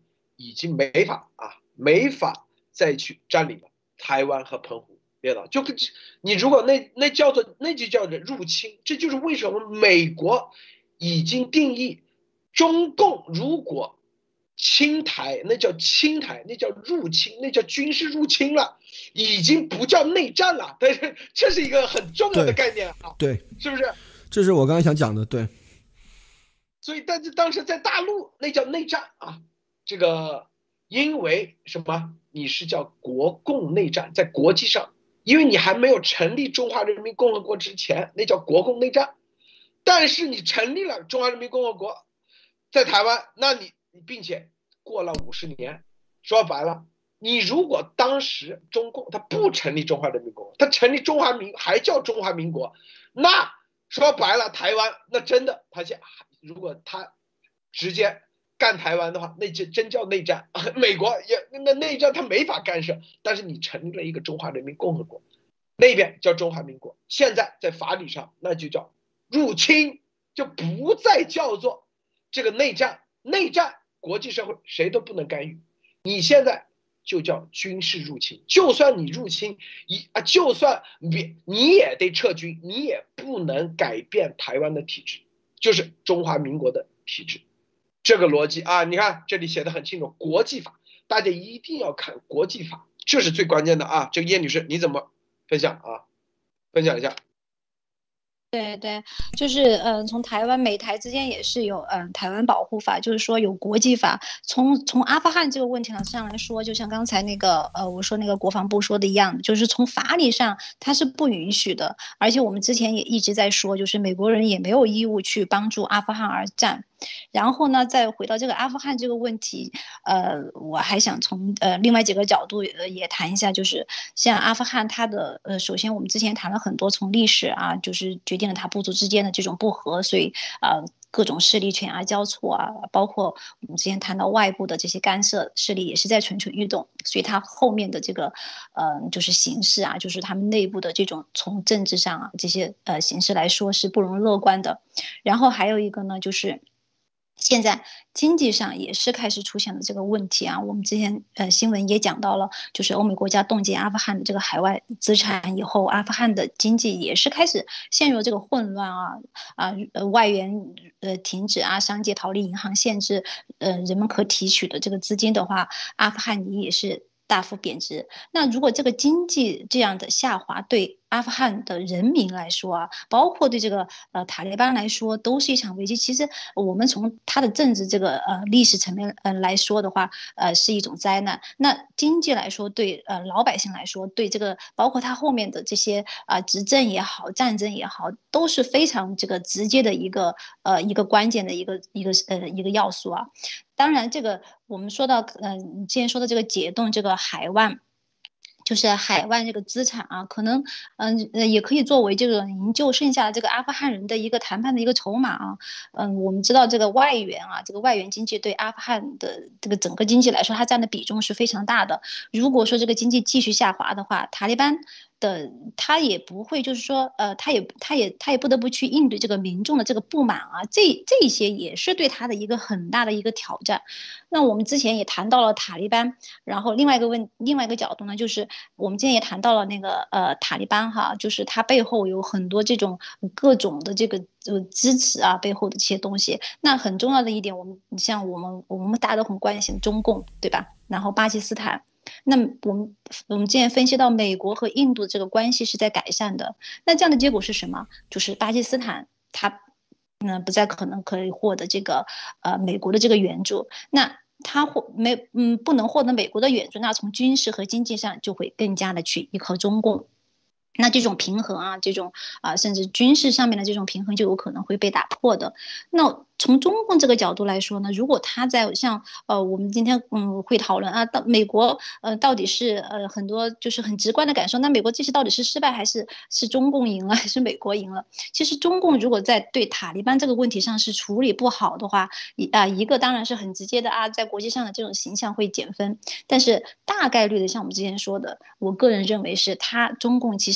没法再去占领了台湾和澎湖列岛。就你如果那就叫做入侵，这就是为什么美国已经定义中共如果侵台，那叫侵台，那叫入侵，那叫军事入侵了，已经不叫内战了。但是这是一个很重要的概念啊， 对， 是不是？ 这是我刚才想讲的，对。 所以，但是当时在大陆那叫内战啊，这个因为什么？你是叫国共内战，在国际上，因为你还没有成立中华人民共和国之前，那叫国共内战。但是你成立了中华人民共和国，在台湾，那你并且过了50年，说白了，你如果当时中共他不成立中华人民共和国，他成立还叫中华民国，那说白了，台湾那真的如果他直接干台湾的话，那就真叫内战。美国那内战他没法干涉，但是你成立了一个中华人民共和国，那边叫中华民国，现在在法理上那就叫入侵，就不再叫做这个内战。内战国际社会谁都不能干预，你现在就叫军事入侵。就算你入侵，就算你也得撤军，你也不能改变台湾的体制，就是中华民国的体制。这个逻辑啊，你看这里写的很清楚，国际法，大家一定要看国际法，这是最关键的啊。这个叶女士你怎么分享啊？分享一下。 对对，就是从台湾美台之间也是有台湾保护法，就是说有国际法。从阿富汗这个问题上来说，就像刚才那个我说那个国防部说的一样，就是从法理上它是不允许的。而且我们之前也一直在说，就是美国人也没有义务去帮助阿富汗而战。然后呢，再回到这个阿富汗这个问题，我还想从另外几个角度也谈一下，就是像阿富汗它的首先我们之前谈了很多，从历史啊，就是决定了它部族之间的这种不和，所以各种势力权啊交错啊，包括我们之前谈到外部的这些干涉势力也是在蠢蠢欲动，所以它后面的这个就是形势啊，就是他们内部的这种从政治上啊这些形势来说是不容乐观的。然后还有一个呢，就是现在经济上也是开始出现了这个问题啊，我们之前新闻也讲到了，就是欧美国家冻结阿富汗的这个海外资产以后，阿富汗的经济也是开始陷入这个混乱外援停止啊，商界逃离，银行限制人们可提取的这个资金的话，阿富汗也是大幅贬值。那如果这个经济这样的下滑，对阿富汗的人民来说啊，包括对这个塔利班来说，都是一场危机。其实我们从它的政治这个历史层面来说的话，是一种灾难。那经济来说，对老百姓来说，对这个包括它后面的这些执政也好，战争也好，都是非常这个直接的一个关键的一个要素啊。当然，这个我们说到你之前说的这个解冻这个海湾。就是海外这个资产啊，可能也可以作为这个营救剩下的这个阿富汗人的一个谈判的一个筹码啊。我们知道这个外援啊，这个外援经济对阿富汗的这个整个经济来说，它占的比重是非常大的。如果说这个经济继续下滑的话，塔利班他也不会，就是说，他也不得不去应对这个民众的这个不满啊，这些也是对他的一个很大的一个挑战。那我们之前也谈到了塔利班，然后另外一个角度呢，就是我们之前也谈到了那个塔利班哈，就是他背后有很多这种各种的这个支持啊，背后的这些东西。那很重要的一点，像我们大家都很关心中共，对吧？然后巴基斯坦。那我们之前分析到美国和印度这个关系是在改善的，那这样的结果是什么？就是巴基斯坦它不再可能可以获得这个美国的这个援助，那它不能获得美国的援助，那从军事和经济上就会更加的去依靠中共。那这种平衡啊，这种甚至军事上面的这种平衡就有可能会被打破的。那从中共这个角度来说呢，如果他在像我们今天会讨论啊，到美国到底是很多就是很直观的感受，那美国这次到底是失败还是中共赢了还是美国赢了？其实中共如果在对塔利班这个问题上是处理不好的话，一个当然是很直接的在国际上的这种形象会减分，但是大概率的像我们之前说的，我个人认为是中共其实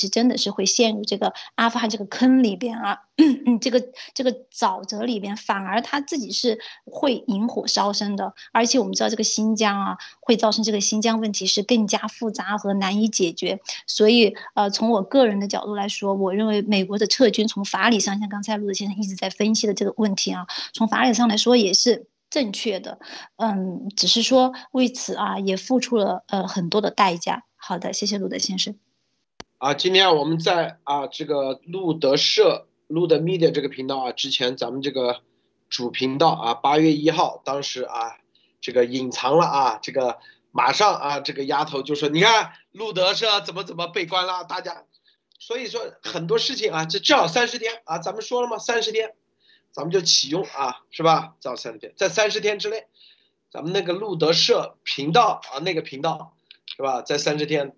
真的是会陷入这个阿富汗这个坑里边啊，这个沼泽里边，反而他自己是会引火烧身的。而且我们知道这个新疆啊，会造成这个新疆问题是更加复杂和难以解决。所以从我个人的角度来说，我认为美国的撤军从法理上，像刚才陆德先生一直在分析的这个问题啊，从法理上来说也是正确的，只是说为此啊也付出了很多的代价。好的，谢谢陆德先生。 今天我们在这个路德Media 这个频道之前咱们这个主频道8月1号，当时这个隐藏了这个马上这个丫头就说你看路德社怎么被关了，大家，所以说很多事情这至少30天咱们说了吗？30天。咱们就启用是吧？至少30天，在30天之内，咱们那个路德社频道那个频道是吧？在30天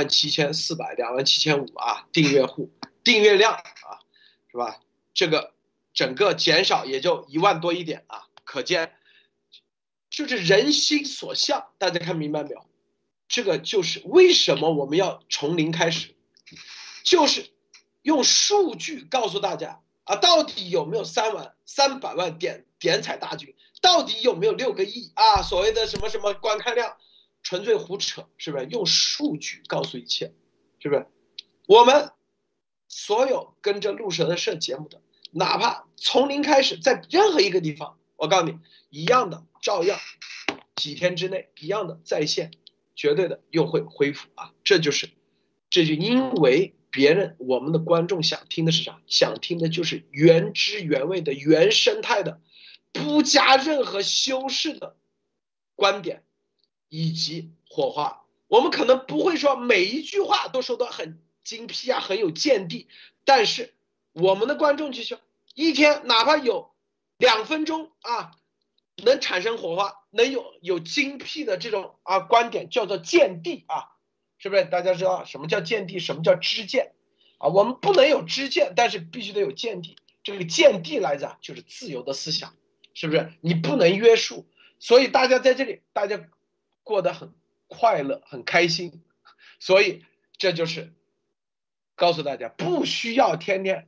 27400、27500订阅量是吧？这个整个减少也就1万多一点可见就是人心所向，大家看明白没有？这个就是为什么我们要从零开始，就是用数据告诉大家。到底有没有300万点彩大军？到底有没有6个亿所谓的什么观看量，纯粹胡扯，是不是？用数据告诉一切，是不是？我们所有跟着路蛇的社节目的，哪怕从零开始，在任何一个地方，我告诉你，一样的，照样几天之内一样的在线，绝对的又会恢复这就因为。我们的观众想听的是啥？想听的就是原汁原味的、原生态的、不加任何修饰的观点以及火花。我们可能不会说每一句话都说得很精辟很有见地，但是我们的观众就是一天哪怕有2分钟能产生火花，能有精辟的这种观点，叫做见地是不是？大家知道什么叫见地，什么叫知见我们不能有知见，但是必须得有见地。这个见地来着就是自由的思想，是不是？你不能约束，所以大家在这里，大家过得很快乐，很开心。所以这就是告诉大家，不需要天天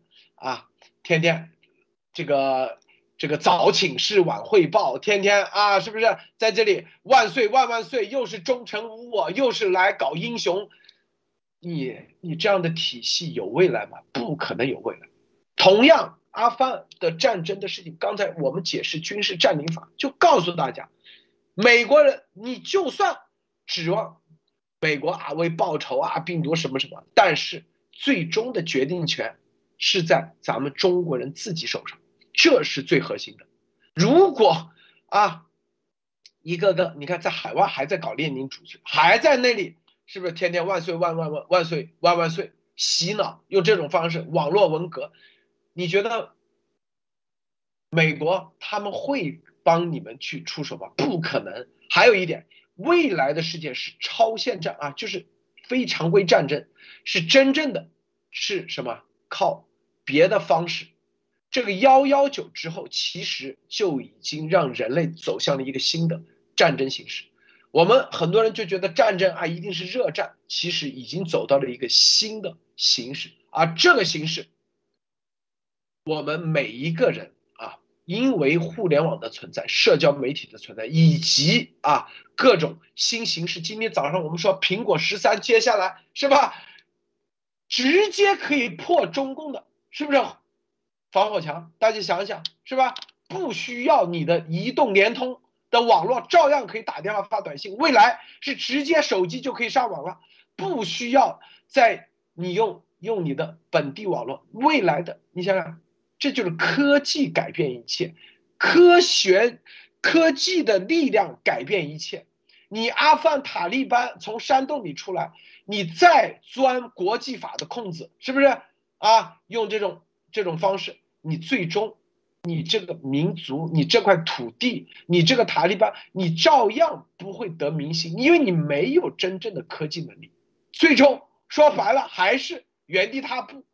这个早请示晚汇报，天天是不是在这里万岁万万岁，又是忠臣无我，又是来搞英雄？你这样的体系有未来吗？不可能有未来。同样，阿富汗的战争的事情，刚才我们解释军事占领法，就告诉大家，美国人你就算指望美国为报仇病毒什么，但是最终的决定权是在咱们中国人自己手上。这是最核心的。如果一个个你看在海外还在搞列宁主义，还在那里是不是天天万岁万万万万岁万万岁洗脑，用这种方式网络文革，你觉得美国他们会帮你们去出手吗？不可能。还有一点，未来的世界是超限战就是非常规战争，是真正的是什么？靠别的方式。这个119之后，其实就已经让人类走向了一个新的战争形式。我们很多人就觉得战争一定是热战，其实已经走到了一个新的形式。这个形式，我们每一个人因为互联网的存在、社交媒体的存在，以及各种新形式。今天早上我们说苹果13，接下来是吧，直接可以破中共的，是不是？防火墙，大家想想是吧？不需要你的移动、联通的网络，照样可以打电话、发短信。未来是直接手机就可以上网了，不需要你用你的本地网络。未来的，你想想，这就是科技改变一切，科技的力量改变一切。你阿富汗塔利班从山洞里出来，你再钻国际法的空子，是不是用这种方式，你最终你这个民族，你这块土地，你这个塔利班，你照样不会得民心，因为你没有真正的科技能力。最终说白了还是原地踏步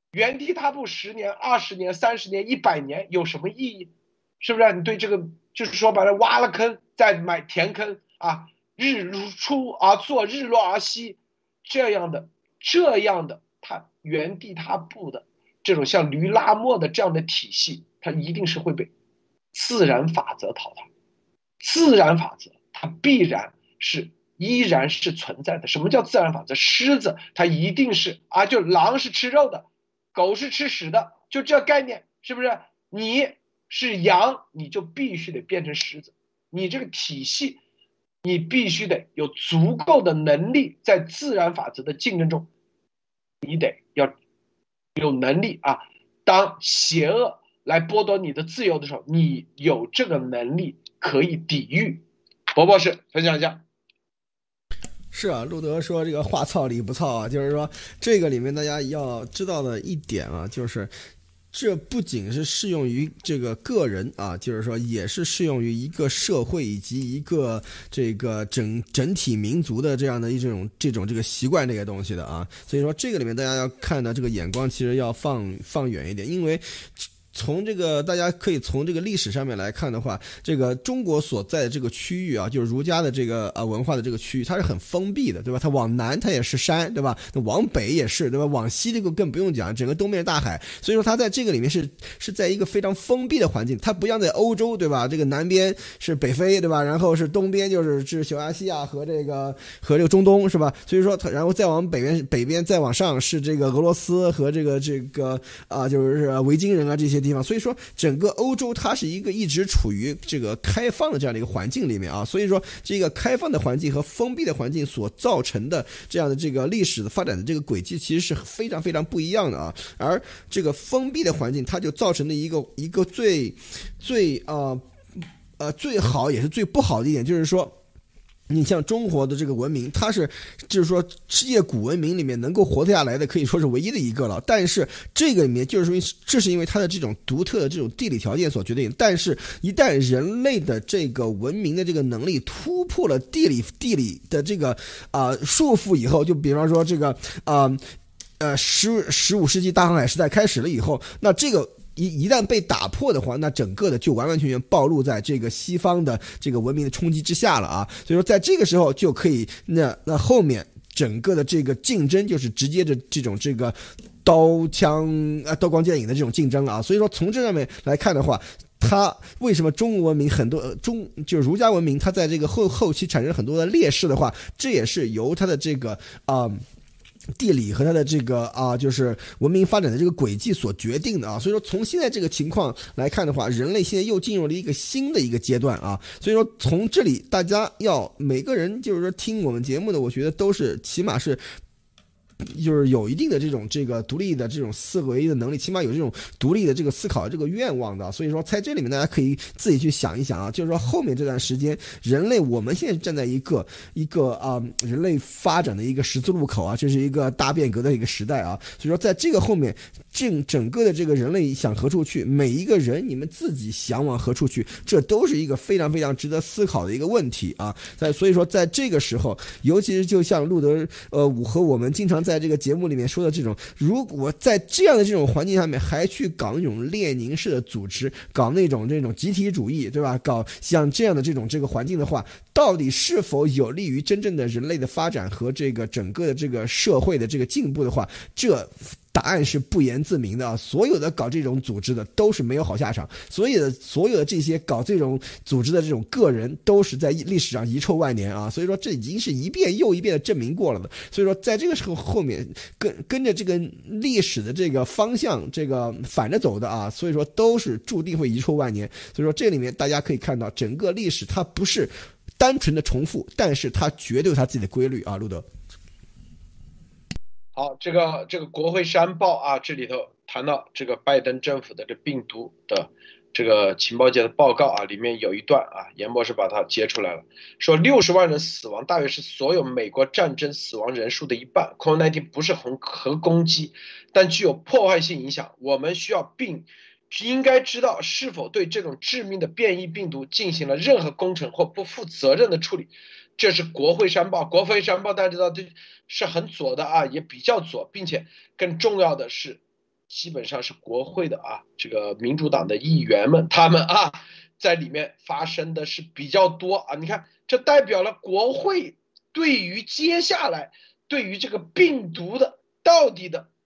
10年、20年、30年、100年有什么意义？是不是？你对这个就是说白了，挖了坑再填坑日出做日落而息，这样的原地踏步的这种像驴拉磨的这样的体系，它一定是会被自然法则淘汰。自然法则它必然是依然是存在的。什么叫自然法则？狮子它一定是就狼是吃肉的，狗是吃屎的，就这概念，是不是？你是羊，你就必须得变成狮子，你这个体系你必须得有足够的能力，在自然法则的竞争中，你得要有能力当邪恶来剥夺你的自由的时候，你有这个能力可以抵御。博博士分享一下。 是啊，路德说这个话糙理不糙啊，就是说这个里面大家要知道的一点就是这不仅是适用于这个个人就是说也是适用于一个社会以及一个这个整体民族的这样的这种这个习惯这个东西的所以说这个里面大家要看的这个眼光其实要放远一点，因为从这个大家可以从这个历史上面来看的话，这个中国所在的这个区域就是儒家的这个文化的这个区域，它是很封闭的，对吧？它往南它也是山，对吧？往北也是，对吧？往西这个更不用讲，整个东面是大海，所以说它在这个里面是在一个非常封闭的环境，它不像在欧洲，对吧？这个南边是北非，对吧？然后是东边就是小亚细亚和这个中东，是吧？所以说它然后再往北边再往上是这个俄罗斯和这个就是维京人这些地方，所以说整个欧洲它是一个一直处于这个开放的这样的一个环境里面所以说这个开放的环境和封闭的环境所造成的这样的这个历史的发展的这个轨迹其实是非常非常不一样的而这个封闭的环境它就造成了一个最好也是最不好的一点，就是说你像中国的这个文明，它就是说世界古文明里面能够活下来的可以说是唯一的一个了，但是这个里面就是说这是因为它的这种独特的这种地理条件所决定，但是一旦人类的这个文明的这个能力突破了地理的这个束缚以后，就比方说这个15世纪大航海时代开始了以后，那这个一旦被打破的话，那整个的就完完全全暴露在这个西方的这个文明的冲击之下了所以说在这个时候就可以那后面整个的这个竞争就是直接的这个刀光剑影的这种竞争所以说从这上面来看的话，它为什么中国文明很多就是儒家文明它在这个后期产生很多的劣势的话，这也是由它的这个地理和它的这个就是文明发展的这个轨迹所决定的所以说从现在这个情况来看的话，人类现在又进入了一个新的一个阶段所以说从这里大家要每个人就是说听我们节目的，我觉得都是起码是就是有一定的这个独立的这种思维的能力，起码有这种独立的这个思考的这个愿望的。所以说在这里面大家可以自己去想一想就是说后面这段时间人类我们现在站在一个人类发展的一个十字路口这是一个大变革的一个时代所以说在这个后面整个的这个人类想何处去，每一个人你们自己想往何处去，这都是一个非常非常值得思考的一个问题所以说在这个时候，尤其是就像路德和我们经常在这个节目里面说的这种，如果在这样的这种环境下面还去搞那种列宁式的组织，搞那种这种集体主义，对吧？搞像这样的这个环境的话，到底是否有利于真正的人类的发展和这个整个的这个社会的这个进步的话，这答案是不言自明的所有的搞这种组织的都是没有好下场，所有的这些搞这种组织的这种个人都是在历史上遗臭万年所以说这已经是一遍又一遍的证明过了的。所以说在这个时候后面跟着这个历史的这个方向这个反着走的所以说都是注定会遗臭万年。所以说这里面大家可以看到整个历史它不是单纯的重复，但是它绝对有它自己的规律路德。 好，这个国会山报这里头谈到这个拜登政府的这病毒的这个情报界的报告里面有一段严博士把它截出来了，说60万人死亡，大约是所有美国战争死亡人数的一半。COVID-19 不是核攻击，但具有破坏性影响。我们需要并应该知道是否对这种致命的变异病毒进行了任何工程或不负责任的处理。这是国会山报，国会山报大家知道这是很左的也比较左，并且更重要的是基本上是国会的这个民主党的议员们他们在里面发生的是比较多你看这代表了国会对于接下来对于这个病毒的到底的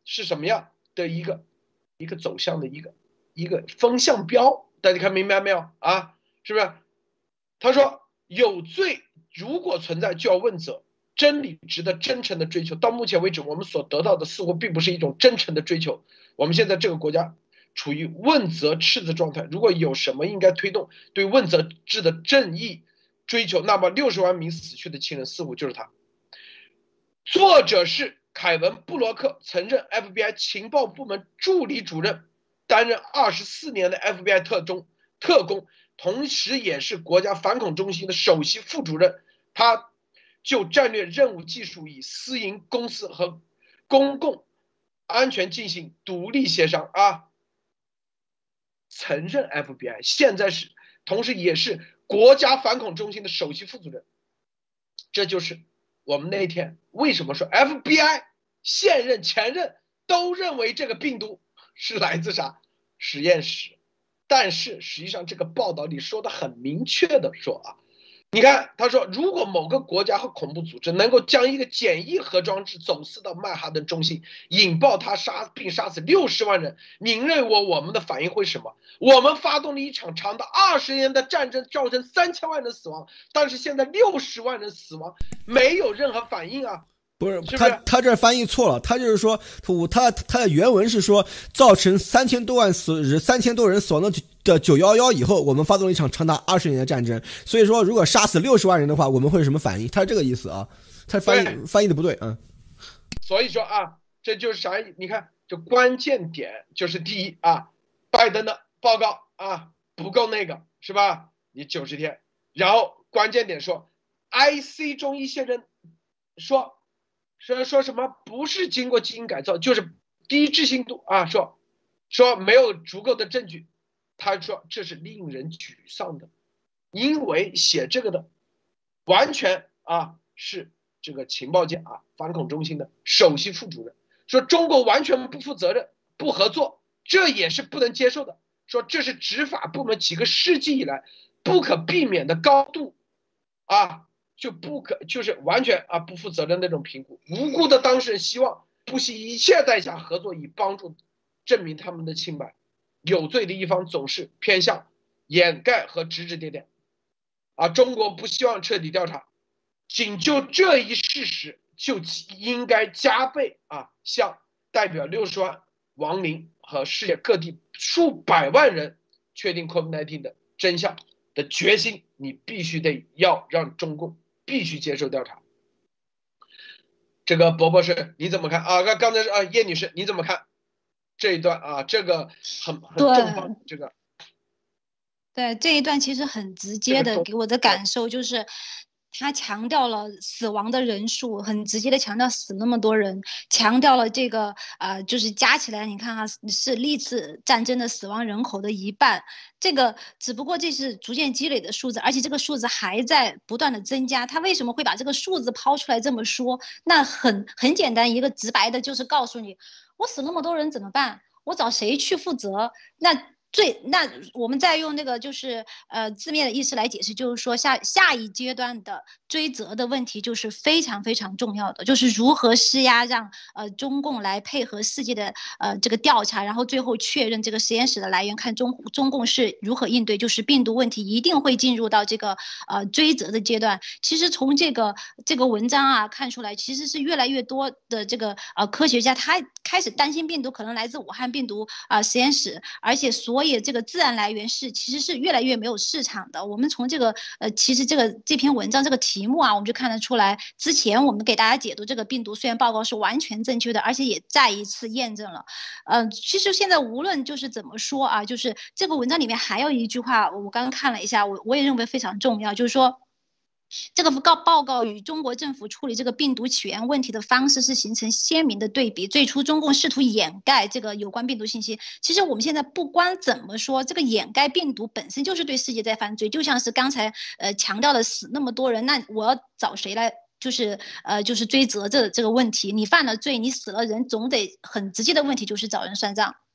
是什么样的一个走向的一个风向标，大家看明白没有啊？是不是？他说有罪如果存在就要问责，真理值得真诚的追求。到目前为止，我们所得到的似乎并不是一种真诚的追求。我们现在这个国家处于问责赤的状态，如果有什么应该推动对问责制的正义追求，那么60万名死去的亲人似乎就是他。作者是凯文·布洛克，曾任 FBI 情报部门助理主任，担任24年的 FBI 特工，同时也是国家反恐中心的首席副主任。他就战略任务技术与私营公司和公共安全进行独立协商啊。曾任 FBI， 现在是同时也是国家反恐中心的首席副主任。这就是我们那天为什么说 FBI 现任前任都认为这个病毒是来自啥实验室，但是实际上这个报道里说的很明确的说啊，你看他说，如果某个国家和恐怖组织能够将一个简易核装置走私到曼哈顿中心，引爆它并杀死60万人，您认为我们的反应会是什么？我们发动了一场长达20年的战争，造成3000万人死亡，但是现在60万人死亡，没有任何反应啊。 不是他这翻译错了，他就是说他的原文是说造成3000多人死亡的911以后，我们发动了一场长达20年的战争，所以说如果杀死60万人的话，我们会有什么反应？他是这个意思啊，他翻译的不对啊。 所以说啊，这就是啥？你看，这关键点就是第一啊，拜登的报告啊不够那个是吧？你90天，然后关键点说 ，IC 中一些人说什么不是经过基因改造，就是低置信度啊，说没有足够的证据。他说这是令人沮丧的，因为写这个的完全啊是这个情报界啊反恐中心的首席副主任，说中国完全不负责任不合作，这也是不能接受的，说这是执法部门几个世纪以来不可避免的高度啊，就是完全啊不负责任那种评估，无辜的当事人希望不惜一切代价合作，以帮助证明他们的清白。有罪的一方总是偏向掩盖和指指点点啊，中国不希望彻底调查，仅就这一事实就应该加倍啊向代表60万亡灵和世界各地数百万人确定 COVID-19 的真相的决心，你必须要让中共必须接受调查。这个博士你怎么看啊？刚才是叶女士你怎么看这一段啊？这个很重磅，这个对这一段其实很直接的给我的感受就是，他强调了死亡的人数，很直接的强调死那么多人，强调了这个就是加起来你看是历次战争的死亡人口的1半。这个只不过这是逐渐积累的数字，而且这个数字还在不断的增加。他为什么会把这个数字抛出来这么说？那很简单，一个直白的就是告诉你，我死那么多人怎么办？我找谁去负责？那我们再用那个就是字面的意思来解释，就是说下一阶段的追责的问题就是非常非常重要的，就是如何施压让中共来配合世界的这个调查，然后最后确认这个实验室的来源，看中共是如何应对，就是病毒问题一定会进入到这个追责的阶段。其实从这个文章啊看出来，其实是越来越多的这个科学家他开始担心病毒可能来自武汉病毒实验室，而且所以这个自然来源其实是越来越没有市场的。我们从这个其实这篇文章这个题目啊，我们就看得出来，之前我们给大家解读这个病毒虽然报告是完全正确的，而且也再一次验证了。其实现在无论就是怎么说啊，就是这个文章里面还有一句话，我刚刚看了一下，我也认为非常重要，就是说，这个报告与中国政府处理这个病毒起源问题的方式是形成鲜明的对比。最初中共试图掩盖这个有关病毒信息，其实我们现在不管怎么说，这个掩盖病毒本身就是对世界在犯罪。就像是刚才强调的死那么多人，那我要找谁来就是追责这个问题？你犯了罪，你死了人，总得很直接的问题就是找人算账。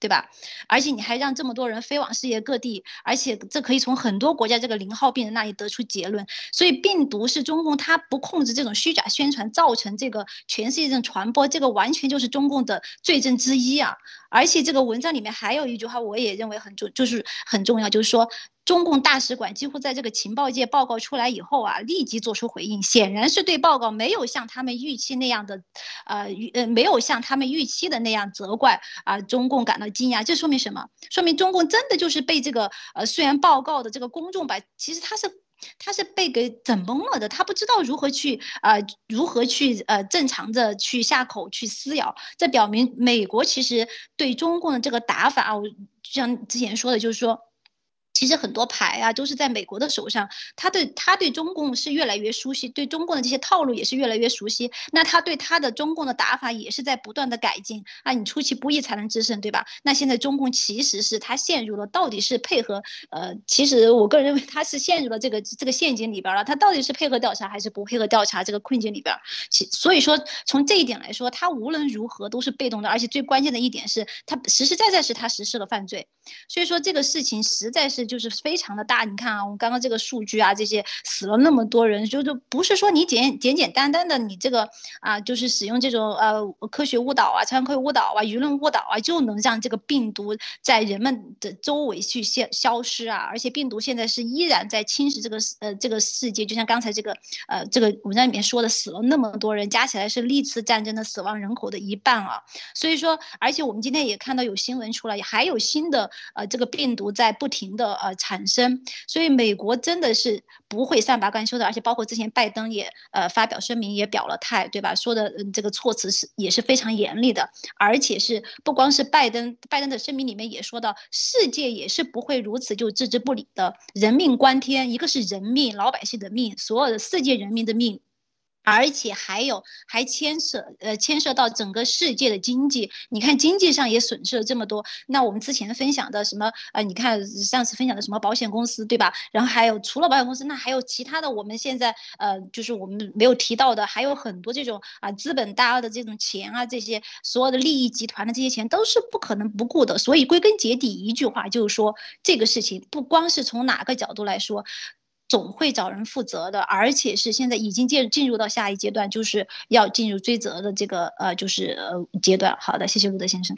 对吧？而且你还让这么多人飞往世界各地，而且这可以从很多国家这个0号病人那里得出结论。所以病毒是中共他不控制这种虚假宣传造成这个全世界这种传播，这个完全就是中共的罪证之一啊！而且这个文章里面还有一句话，我也认为很重要，就是说中共大使馆几乎在这个情报界报告出来以后啊，立即做出回应，显然是对报告没有像他们预期那样的，没有像他们预期的那样责怪啊，中共感到惊讶。这说明什么？说明中共真的就是被这个虽然报告的这个公众吧，其实他是被给整懵了的，他不知道如何去正常的去下口去撕咬。这表明美国其实对中共的这个打法，我就像之前说的，就是说。其实很多牌啊都是在美国的手上，他对中共是越来越熟悉，对中共的这些套路也是越来越熟悉。那他对他的中共的打法也是在不断的改进啊，你出其不意才能制胜，对吧？那现在中共其实是他陷入了到底是配合其实我个人认为他是陷入了这个陷阱里边了，他到底是配合调查还是不配合调查这个困境里边。所以说从这一点来说，他无论如何都是被动的，而且最关键的一点是他实实在在是他实施了犯罪。所以说这个事情实在是就是非常的大。你看啊，我们刚刚这个数据啊，这些死了那么多人，就不是说你简单的你这个啊，就是使用这种科学误导啊、科学误导啊、舆论误导啊，就能让这个病毒在人们的周围去消失啊。而且病毒现在是依然在侵蚀这个世界，就像刚才这个文章里面说的，死了那么多人，加起来是历次战争的死亡人口的1半啊。所以说，而且我们今天也看到有新闻出来，还有新的这个病毒在不停的产生，所以美国真的是不会善罢甘休的。而且包括之前拜登也发表声明也表了态，对吧？说的这个措辞也是非常严厉的，而且是不光是拜登的声明里面也说到，世界也是不会如此就置之不理的，人命关天，一个是人命，老百姓的命，所有的世界人民的命。而且还牵涉到整个世界的经济，你看经济上也损失了这么多。那我们之前分享的什么你看上次分享的什么保险公司，对吧？然后还有除了保险公司，那还有其他的，我们现在就是我们没有提到的，还有很多这种资本大的这种钱啊，这些所有的利益集团的这些钱都是不可能不顾的。所以归根结底一句话就是说，这个事情不光是从哪个角度来说，总会找人负责的，而且是现在已经进入到下一阶段，就是要进入追责的这个阶段。好的，谢谢路德先生。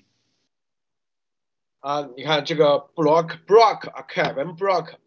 你看这个凯文布洛克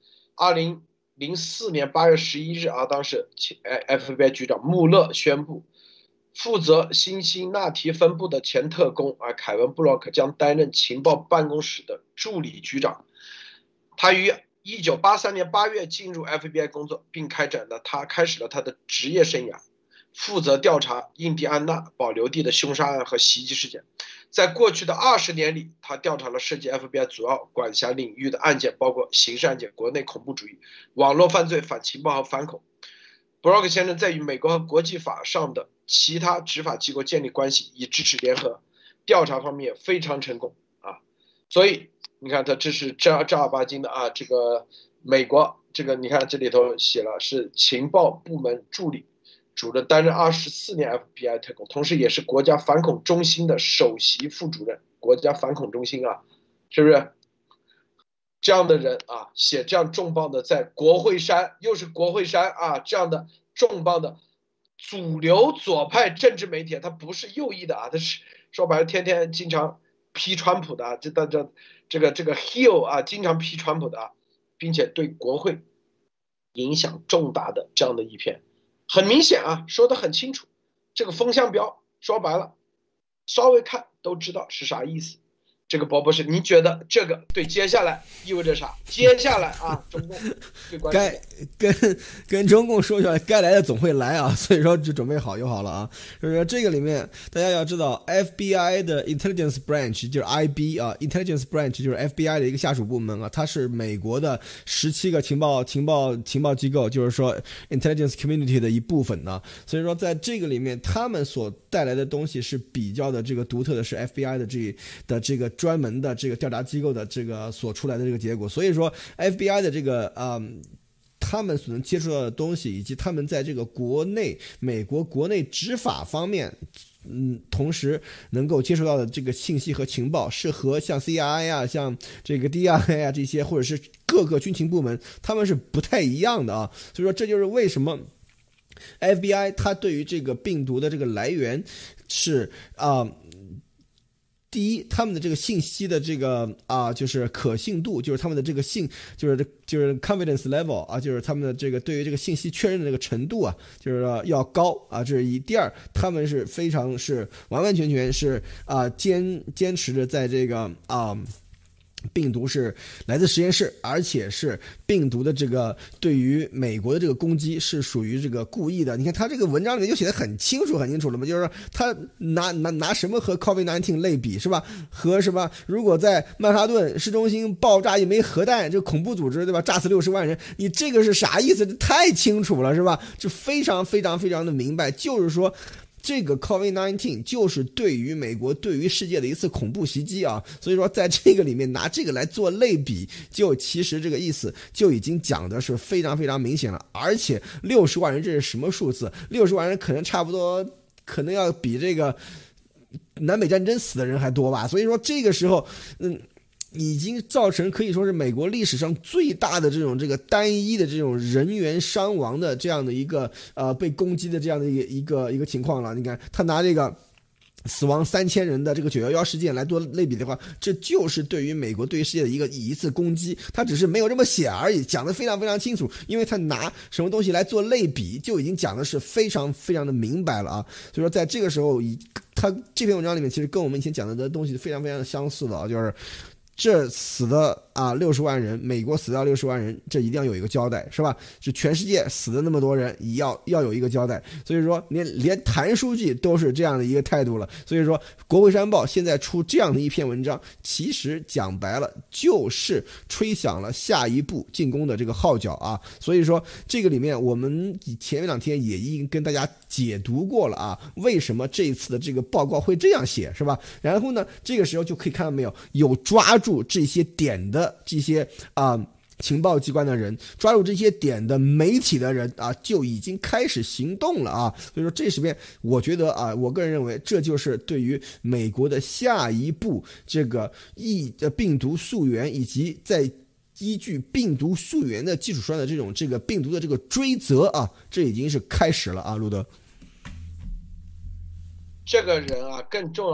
，2004年8月11日当时FBI 局长穆勒宣布，负责辛辛那提分部的前特工凯文布洛克将担任情报办公室的助理局长。他于1983年8月进入 FBI 工作，并开始了他的职业生涯，负责调查印第安纳保留地的凶杀案和袭击事件。在过去的20年里，他调查了涉及 FBI 主要管辖领域的案件，包括刑事案件、国内恐怖主义、网络犯罪、反情报和反恐。布洛克先生在与美国和国际法上的其他执法机构建立关系，以支持联合调查方面非常成功所以你看他这是正儿八经的这个美国这个你看这里头写了是情报部门助理，主任，担任24年 FBI 特工，同时也是国家反恐中心的首席副主任。国家反恐中心是不是这样的人写这样重磅的，在国会山又是国会山这样的重磅的主流左派政治媒体，他不是右翼的他是说白了天天经常批川普的这个 Hill 经常批川普的并且对国会影响重大的这样的一篇，很明显说得很清楚，这个风向标说白了稍微看都知道是啥意思。这个博博士，您觉得这个对接下来意味着啥？接下来中共最关心跟中共说起来，该来的总会来所以说就准备好就好了就是这个里面大家要知道 FBI 的 Intelligence Branch 就是 IB Intelligence Branch 就是 FBI 的一个下属部门它是美国的17个情报机构，就是说 Intelligence Community 的一部分所以说在这个里面他们所带来的东西是比较的这个独特的，是 FBI 的这个专门的这个调查机构的这个所出来的这个结果。所以说 FBI 的这个他们所能接触到的东西，以及他们在这个美国国内执法方面同时能够接收到的这个信息和情报是和像 CIA 啊、像这个 DIA 啊这些，或者是各个军情部门，他们是不太一样的啊。所以说这就是为什么 FBI 它对于这个病毒的这个来源是第一，他们的这个信息的这个就是可信度，就是他们的这个就是 confidence level 啊，就是他们的这个对于这个信息确认的这个程度啊，就是要高啊，这是一。第二，他们是非常是完完全全是坚持着在这个病毒是来自实验室，而且是病毒的这个对于美国的这个攻击是属于这个故意的。你看他这个文章里面就写得很清楚了嘛，就是他拿什么和 COVID-19 类比是吧？和什么？如果在曼哈顿市中心爆炸一枚核弹，这恐怖组织对吧？炸死60万人，你这个是啥意思？这太清楚了是吧？这非常非常非常的明白，就是说。这个 COVID-19 就是对于美国、对于世界的一次恐怖袭击啊！所以说，在这个里面拿这个来做类比，就其实这个意思就已经讲的是非常非常明显了。而且60万人这是什么数字？60万人可能差不多，可能要比这个南北战争死的人还多吧。所以说这个时候，已经造成可以说是美国历史上最大的这个单一的这种人员伤亡的这样的一个被攻击的这样的一个情况了。你看他拿这个死亡3000人的这个911事件来做类比的话，这就是对于美国对于世界的一次攻击，他只是没有这么写而已，讲得非常非常清楚，因为他拿什么东西来做类比就已经讲的是非常非常的明白了啊。所以说在这个时候他这篇文章里面其实跟我们以前讲的东西非常非常的相似的啊，就是这死的60万人，美国死掉60万人，这一定要有一个交代，是吧？是全世界死的那么多人，也要有一个交代。所以说，连谭书记都是这样的一个态度了。所以说，国会山报现在出这样的一篇文章，其实讲白了就是吹响了下一步进攻的这个号角啊。所以说，这个里面我们前面2天也已经跟大家解读过了啊，为什么这一次的这个报告会这样写，是吧？然后呢，这个时候就可以看到没有抓住这些点的这些情报机关的人，抓住这些点的媒体的人就已经开始行动了啊。所以说这里面我觉得我个人认为这就是对于美国的下一步这个病毒溯源，以及在依据病毒溯源的基础上的这个病毒的这个追责这已经是开始了啊，路德。 这个人更重要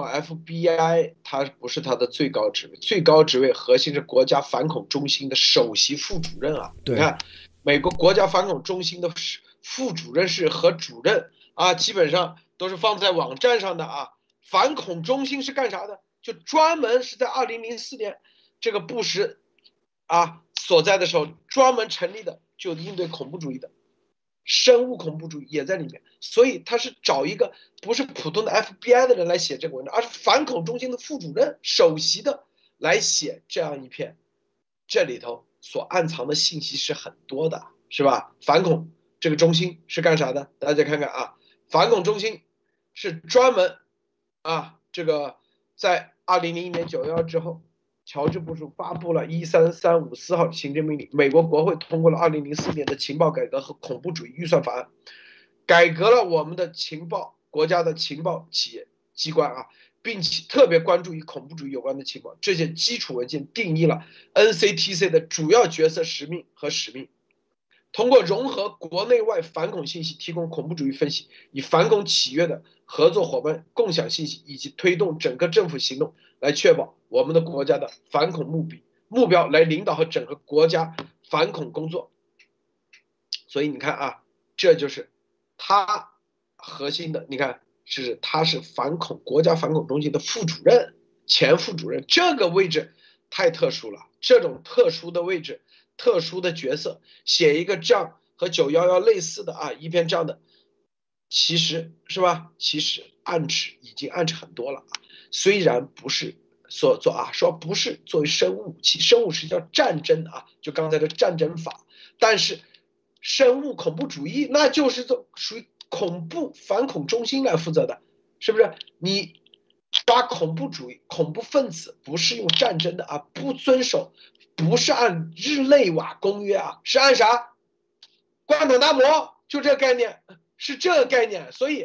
，FBI 他不是他的最高职位，最高职位核心是国家反恐中心的首席副主任对， 你看，美国国家反恐中心的副主任是和主任基本上都是放在网站上的反恐中心是干啥的？就专门是在2004年这个布什所在的时候专门成立的，就应对恐怖主义的。生物恐怖主义也在里面，所以他是找一个不是普通的 FBI 的人来写这个文章，而是反恐中心的副主任、首席的来写这样一篇，这里头所暗藏的信息是很多的，是吧？反恐这个中心是干啥的？大家看看反恐中心是专门这个在2001年911之后，乔治布什发布了13354号行政命令，美国国会通过了2004年的情报改革和恐怖主义预算法案，改革了我们的国家的情报企业机关并且特别关注与恐怖主义有关的情报。这些基础文件定义了 NCTC 的主要角色、使命和使命，通过融合国内外反恐信息，提供恐怖主义分析，与反恐企业的合作伙伴共享信息，以及推动整个政府行动，来确保我们的国家的反恐目标，来领导和整合国家反恐工作。所以你看这就是他核心的，你看他是国家反恐中心的副主任、前副主任，这个位置太特殊了。这种特殊的位置、特殊的角色，写一个这样和911类似的一篇这样的，其实是吧？其实已经暗指很多了虽然不是说不是作为生物武器，生物是叫战争就刚才的战争法，但是生物恐怖主义那就是属于反恐中心来负责的，是不是？你抓恐怖主义、恐怖分子不是用战争的不遵守，不是按日内瓦公约是按啥？关塔那摩，就这个概念，是这个概念。所以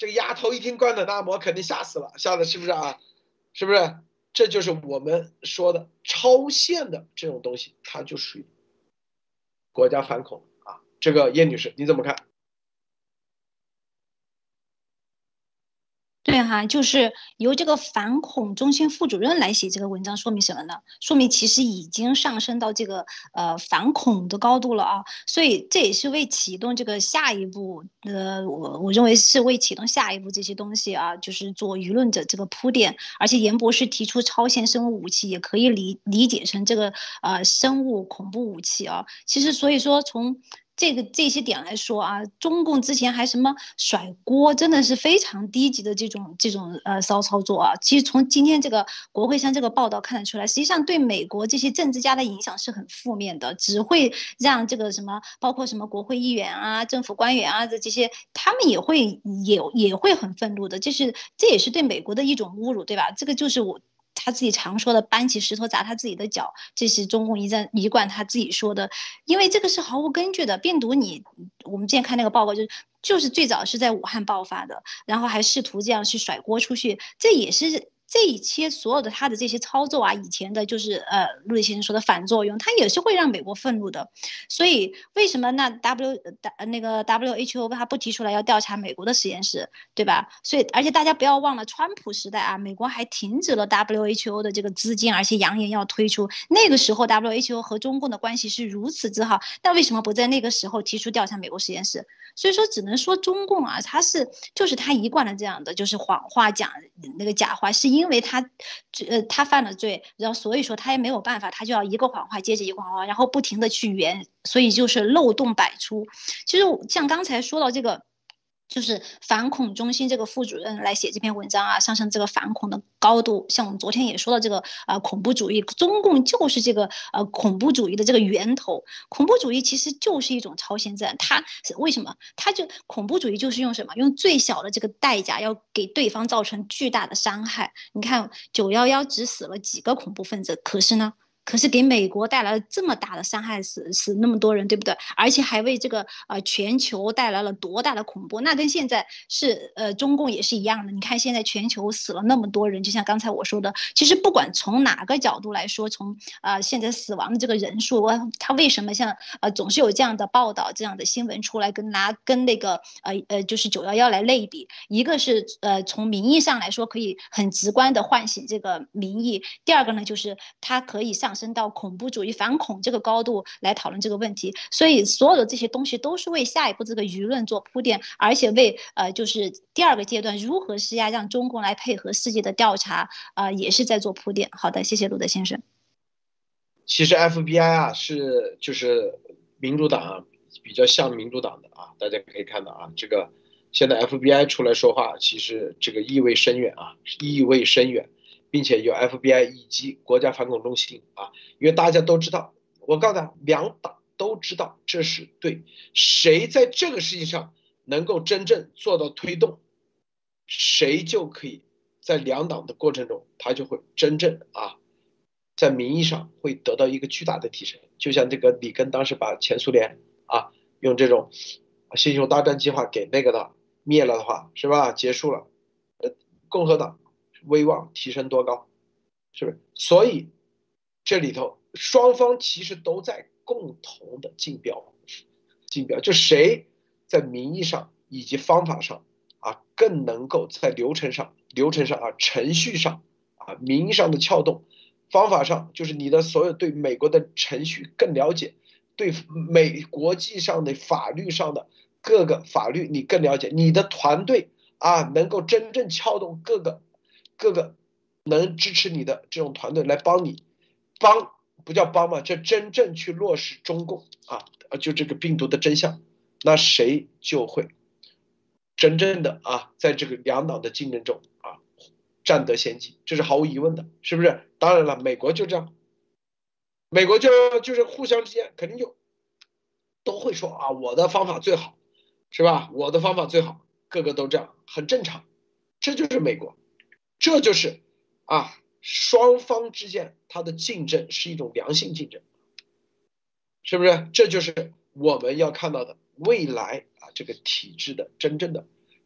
这个丫头一听关塔那摩肯定吓死了，吓得是不是啊？是不是？这就是我们说的超限的这种东西，它就属于国家反恐啊。这个叶女士你怎么看？ 对哈，就是由这个反恐中心副主任来写这个文章，说明什么呢？说明其实已经上升到这个反恐的高度了啊，所以这也是为启动这个下一步，我认为是为启动下一步这些东西啊，就是做舆论的这个铺垫。而且严博士提出超限生物武器，也可以理解成这个生物恐怖武器啊。其实所以说从这些点来说啊，中共之前还什么甩锅，真的是非常低级的这种骚操作啊。其实从今天这个国会山这个报道看得出来，实际上对美国这些政治家的影响是很负面的，只会让这个什么，包括什么国会议员啊、政府官员啊这些，他们也会很愤怒的。这也是对美国的一种侮辱，对吧？这个就是他自己常说的搬起石头砸他自己的脚，这是中共一贯他自己说的，因为这个是毫无根据的。病毒我们之前看那个报告就是最早是在武汉爆发的，然后还试图这样去甩锅出去，这也是。这一些所有的他的这些操作啊，以前的就是陆先生说的反作用，他也是会让美国愤怒的。所以为什么那个 WHO 他不提出来要调查美国的实验室，对吧？所以而且大家不要忘了，川普时代啊，美国还停止了 WHO 的这个资金，而且扬言要推出。那个时候 WHO 和中共的关系是如此之好，但为什么不在那个时候提出调查美国实验室？所以说只能说中共啊，就是他一贯的这样的，就是谎话讲那个假话，是因为他犯了罪，然后所以说他也没有办法，他就要一个谎话接着一个谎话，然后不停的去圆，所以就是漏洞百出。其实像刚才说到这个。就是反恐中心这个副主任来写这篇文章啊，上升这个反恐的高度。像我们昨天也说到这个恐怖主义，中共就是这个恐怖主义的这个源头。恐怖主义其实就是一种超限战，它为什么？恐怖主义就是用什么？用最小的这个代价，要给对方造成巨大的伤害。你看911只死了几个恐怖分子，可是给美国带来了这么大的伤害，死那么多人，对不对？而且还为这个全球带来了多大的恐怖？那跟现在中共也是一样的。你看现在全球死了那么多人，就像刚才我说的，其实不管从哪个角度来说，从现在死亡的这个人数，他为什么像总是有这样的报道、这样的新闻出来，跟那个就是911来类比？一个是从名义上来说可以很直观的唤醒这个民意，第二个呢就是它可以上升到恐怖主义反恐这个高度来讨论这个问题。所以所有的这些东西都是为下一步这个舆论做铺垫，而且为就是第二个阶段如何施压让中共来配合世界的调查也是在做铺垫。好的，谢谢路德先生。 其实 FBI 啊就是民主党啊，比较像民主党的啊，大家可以看到啊，这个现在 FBI 出来说话，其实这个意味深远啊，意味深远。并且有 FBI 以及国家反恐中心啊，因为大家都知道，我告诉他，两党都知道这是对，谁在这个事情上能够真正做到推动，谁就可以在两党的过程中，他就会真正在名义上会得到一个巨大的提升。就像这个里根当时把前苏联用这种星球大战计划给那个的灭了的话，是吧？结束了，共和党威望提升多高，是不是？所以这里头双方其实都在共同的竞标，就谁在名义上以及方法上更能够在流程上程序上名义上的撬动，方法上就是你的所有对美国的程序更了解，对国际上的法律上的各个法律你更了解，你的团队能够真正撬动各个能支持你的这种团队来帮你，不叫帮嘛，这真正去落实中共就这个病毒的真相，那谁就会真正的在这个两党的竞争中占得先机，这是毫无疑问的，是不是？当然了，美国就这样，美国就是互相之间肯定就都会说我的方法最好，是吧？我的方法最好，个个都这样，很正常，这就是美国，这就是双方之间它的竞争是一种良性竞争，是不是？这就是我们要看到的未来这个体制的真正的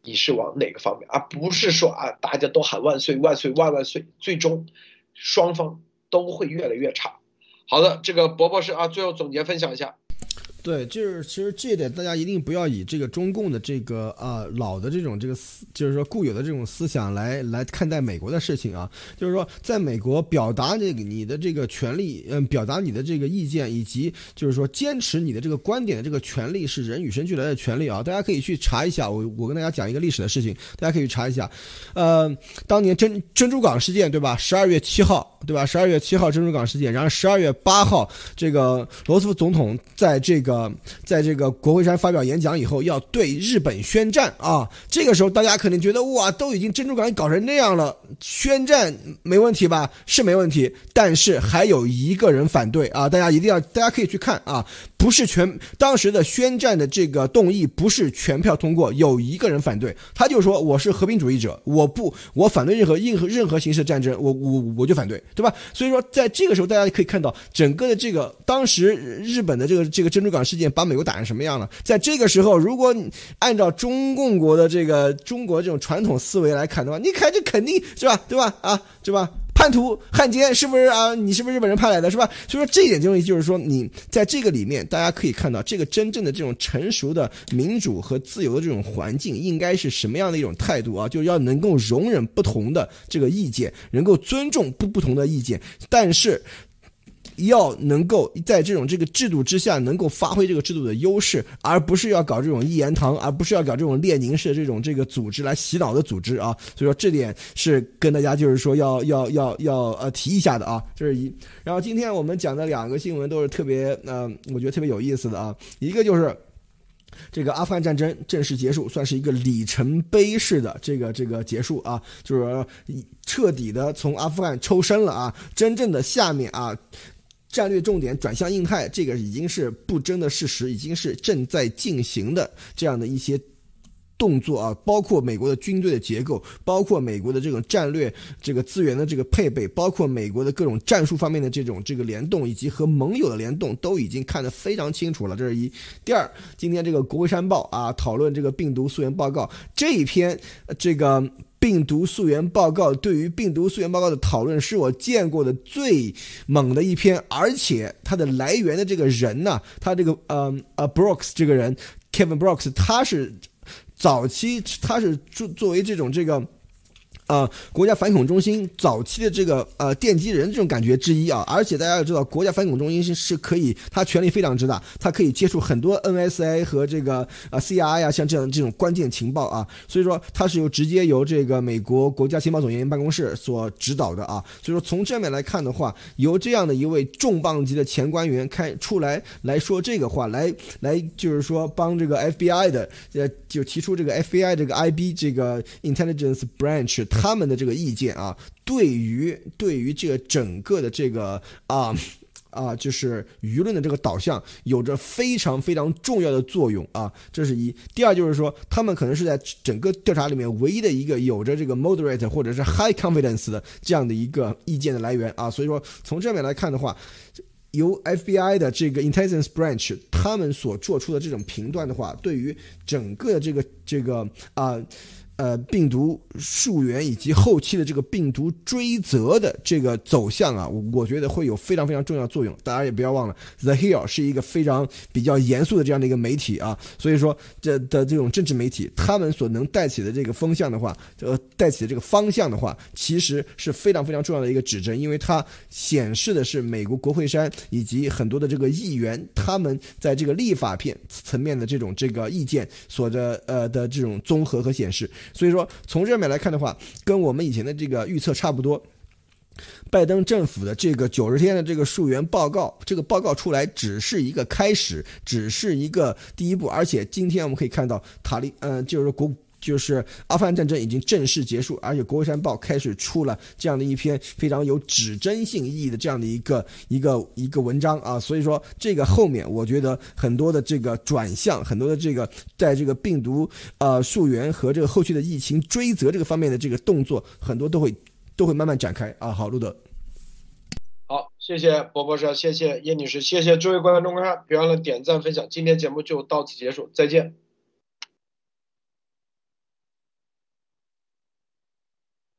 你是往哪个方面，而不是说大家都喊万岁万岁万万岁，最终双方都会越来越差。好的，这个博博士最后总结分享一下。 对，就是其实这一点大家一定不要以这个中共的这个老的这种就是说固有的这种思想来看待美国的事情啊。就是说，在美国表达你的这个权利，表达你的这个意见，以及就是说坚持你的这个观点的这个权利是人与生俱来的权利啊。大家可以去查一下，我跟大家讲一个历史的事情，大家可以去查一下。当年珍珠港事件对吧？12月7号对吧？12月7号珍珠港事件，然后12月8号这个罗斯福总统在这个国会山发表演讲以后，要对日本宣战啊！这个时候大家肯定觉得哇，都已经珍珠港搞成那样了，宣战没问题吧？是没问题，但是还有一个人反对啊！大家可以去看啊，不是当时的宣战的这个动议不是全票通过，有一个人反对，他就说我是和平主义者，我反对任何形式的战争，我就反对，对吧？所以说在这个时候大家可以看到整个的这个当时日本的这个珍珠港事件把美国打成什么样了。在这个时候，如果你按照中国这种传统思维来看的话，你看这肯定是吧，对吧？对吧？叛徒汉奸是不是啊？你是不是日本人派来的，是吧？所以说这一点东西就是说，你在这个里面大家可以看到这个真正的这种成熟的民主和自由的这种环境应该是什么样的一种态度啊？就是要能够容忍不同的这个意见，能够尊重不同的意见，但是要能够在这个制度之下能够发挥这个制度的优势，而不是要搞这种一言堂，而不是要搞这种列宁式这个组织来洗脑的组织啊。所以说这点是跟大家就是说要提一下的啊，这是一。然后今天我们讲的两个新闻都是特别我觉得特别有意思的啊，一个就是这个阿富汗战争正式结束，算是一个里程碑式的这个结束啊，就是彻底的从阿富汗抽身了啊，真正的下面战略重点转向印太，这个已经是不争的事实，已经是正在进行的这样的一些动作啊，包括美国的军队的结构，包括美国的这种战略这个资源的这个配备，包括美国的各种战术方面的这个联动，以及和盟友的联动，都已经看得非常清楚了。这是一。第二，今天这个国会山报讨论这个病毒溯源报告这一篇这个病毒溯源报告，对于病毒溯源报告的讨论是我见过的最猛的一篇，而且它的来源的这个人呢，他这个Brooks 这个人 Kevin Brooks， 他是早期他是作为这个国家反恐中心早期的这个奠基人这种感觉之一啊，而且大家要知道，国家反恐中心是可以，它权力非常之大，它可以接触很多 NSA 和这个CIA 像这种关键情报啊，所以说它是直接由这个美国国家情报总研办公室所指导的啊，所以说从正面来看的话，由这样的一位重磅级的前官员出来说这个话，来就是说帮这个 FBI 的就提出这个 FBI 这个 IB 这个 Intelligence Branch。他们的这个意见啊，对于这个整个的这个就是舆论的这个导向有着非常非常重要的作用啊，这是一。第二就是说，他们可能是在整个调查里面唯一的一个有着这个 moderate 或者是 high confidence 的这样的一个意见的来源啊，所以说从这面来看的话，由 FBI 的这个 Intelligence Branch 他们所做出的这种评断的话，对于整个的这个病毒溯源以及后期的这个病毒追责的这个走向啊，我觉得会有非常非常重要的作用。大家也不要忘了 The Hill 是一个非常比较严肃的这样的一个媒体啊，所以说这种政治媒体他们所能带起的这个风向的话，带起的这个方向的话，其实是非常非常重要的一个指针，因为它显示的是美国国会山以及很多的这个议员他们在这个立法层面的这个意见所的这种综合和显示。所以说从这面来看的话，跟我们以前的这个预测差不多。拜登政府的这个90天的这个溯源报告，这个报告出来只是一个开始，只是一个第一步，而且今天我们可以看到就是阿富汗战争已经正式结束，而且国会山报开始出了这样的一篇非常有指针性意义的这样的一个文章啊，所以说这个后面我觉得很多的这个转向，很多的这个在这个病毒溯源和这个后续的疫情追责这个方面的这个动作，很多都会慢慢展开啊。好，路德。 好，谢谢博博士，谢谢叶女士，谢谢诸位观众观看，别忘了点赞分享，今天节目就到此结束，再见。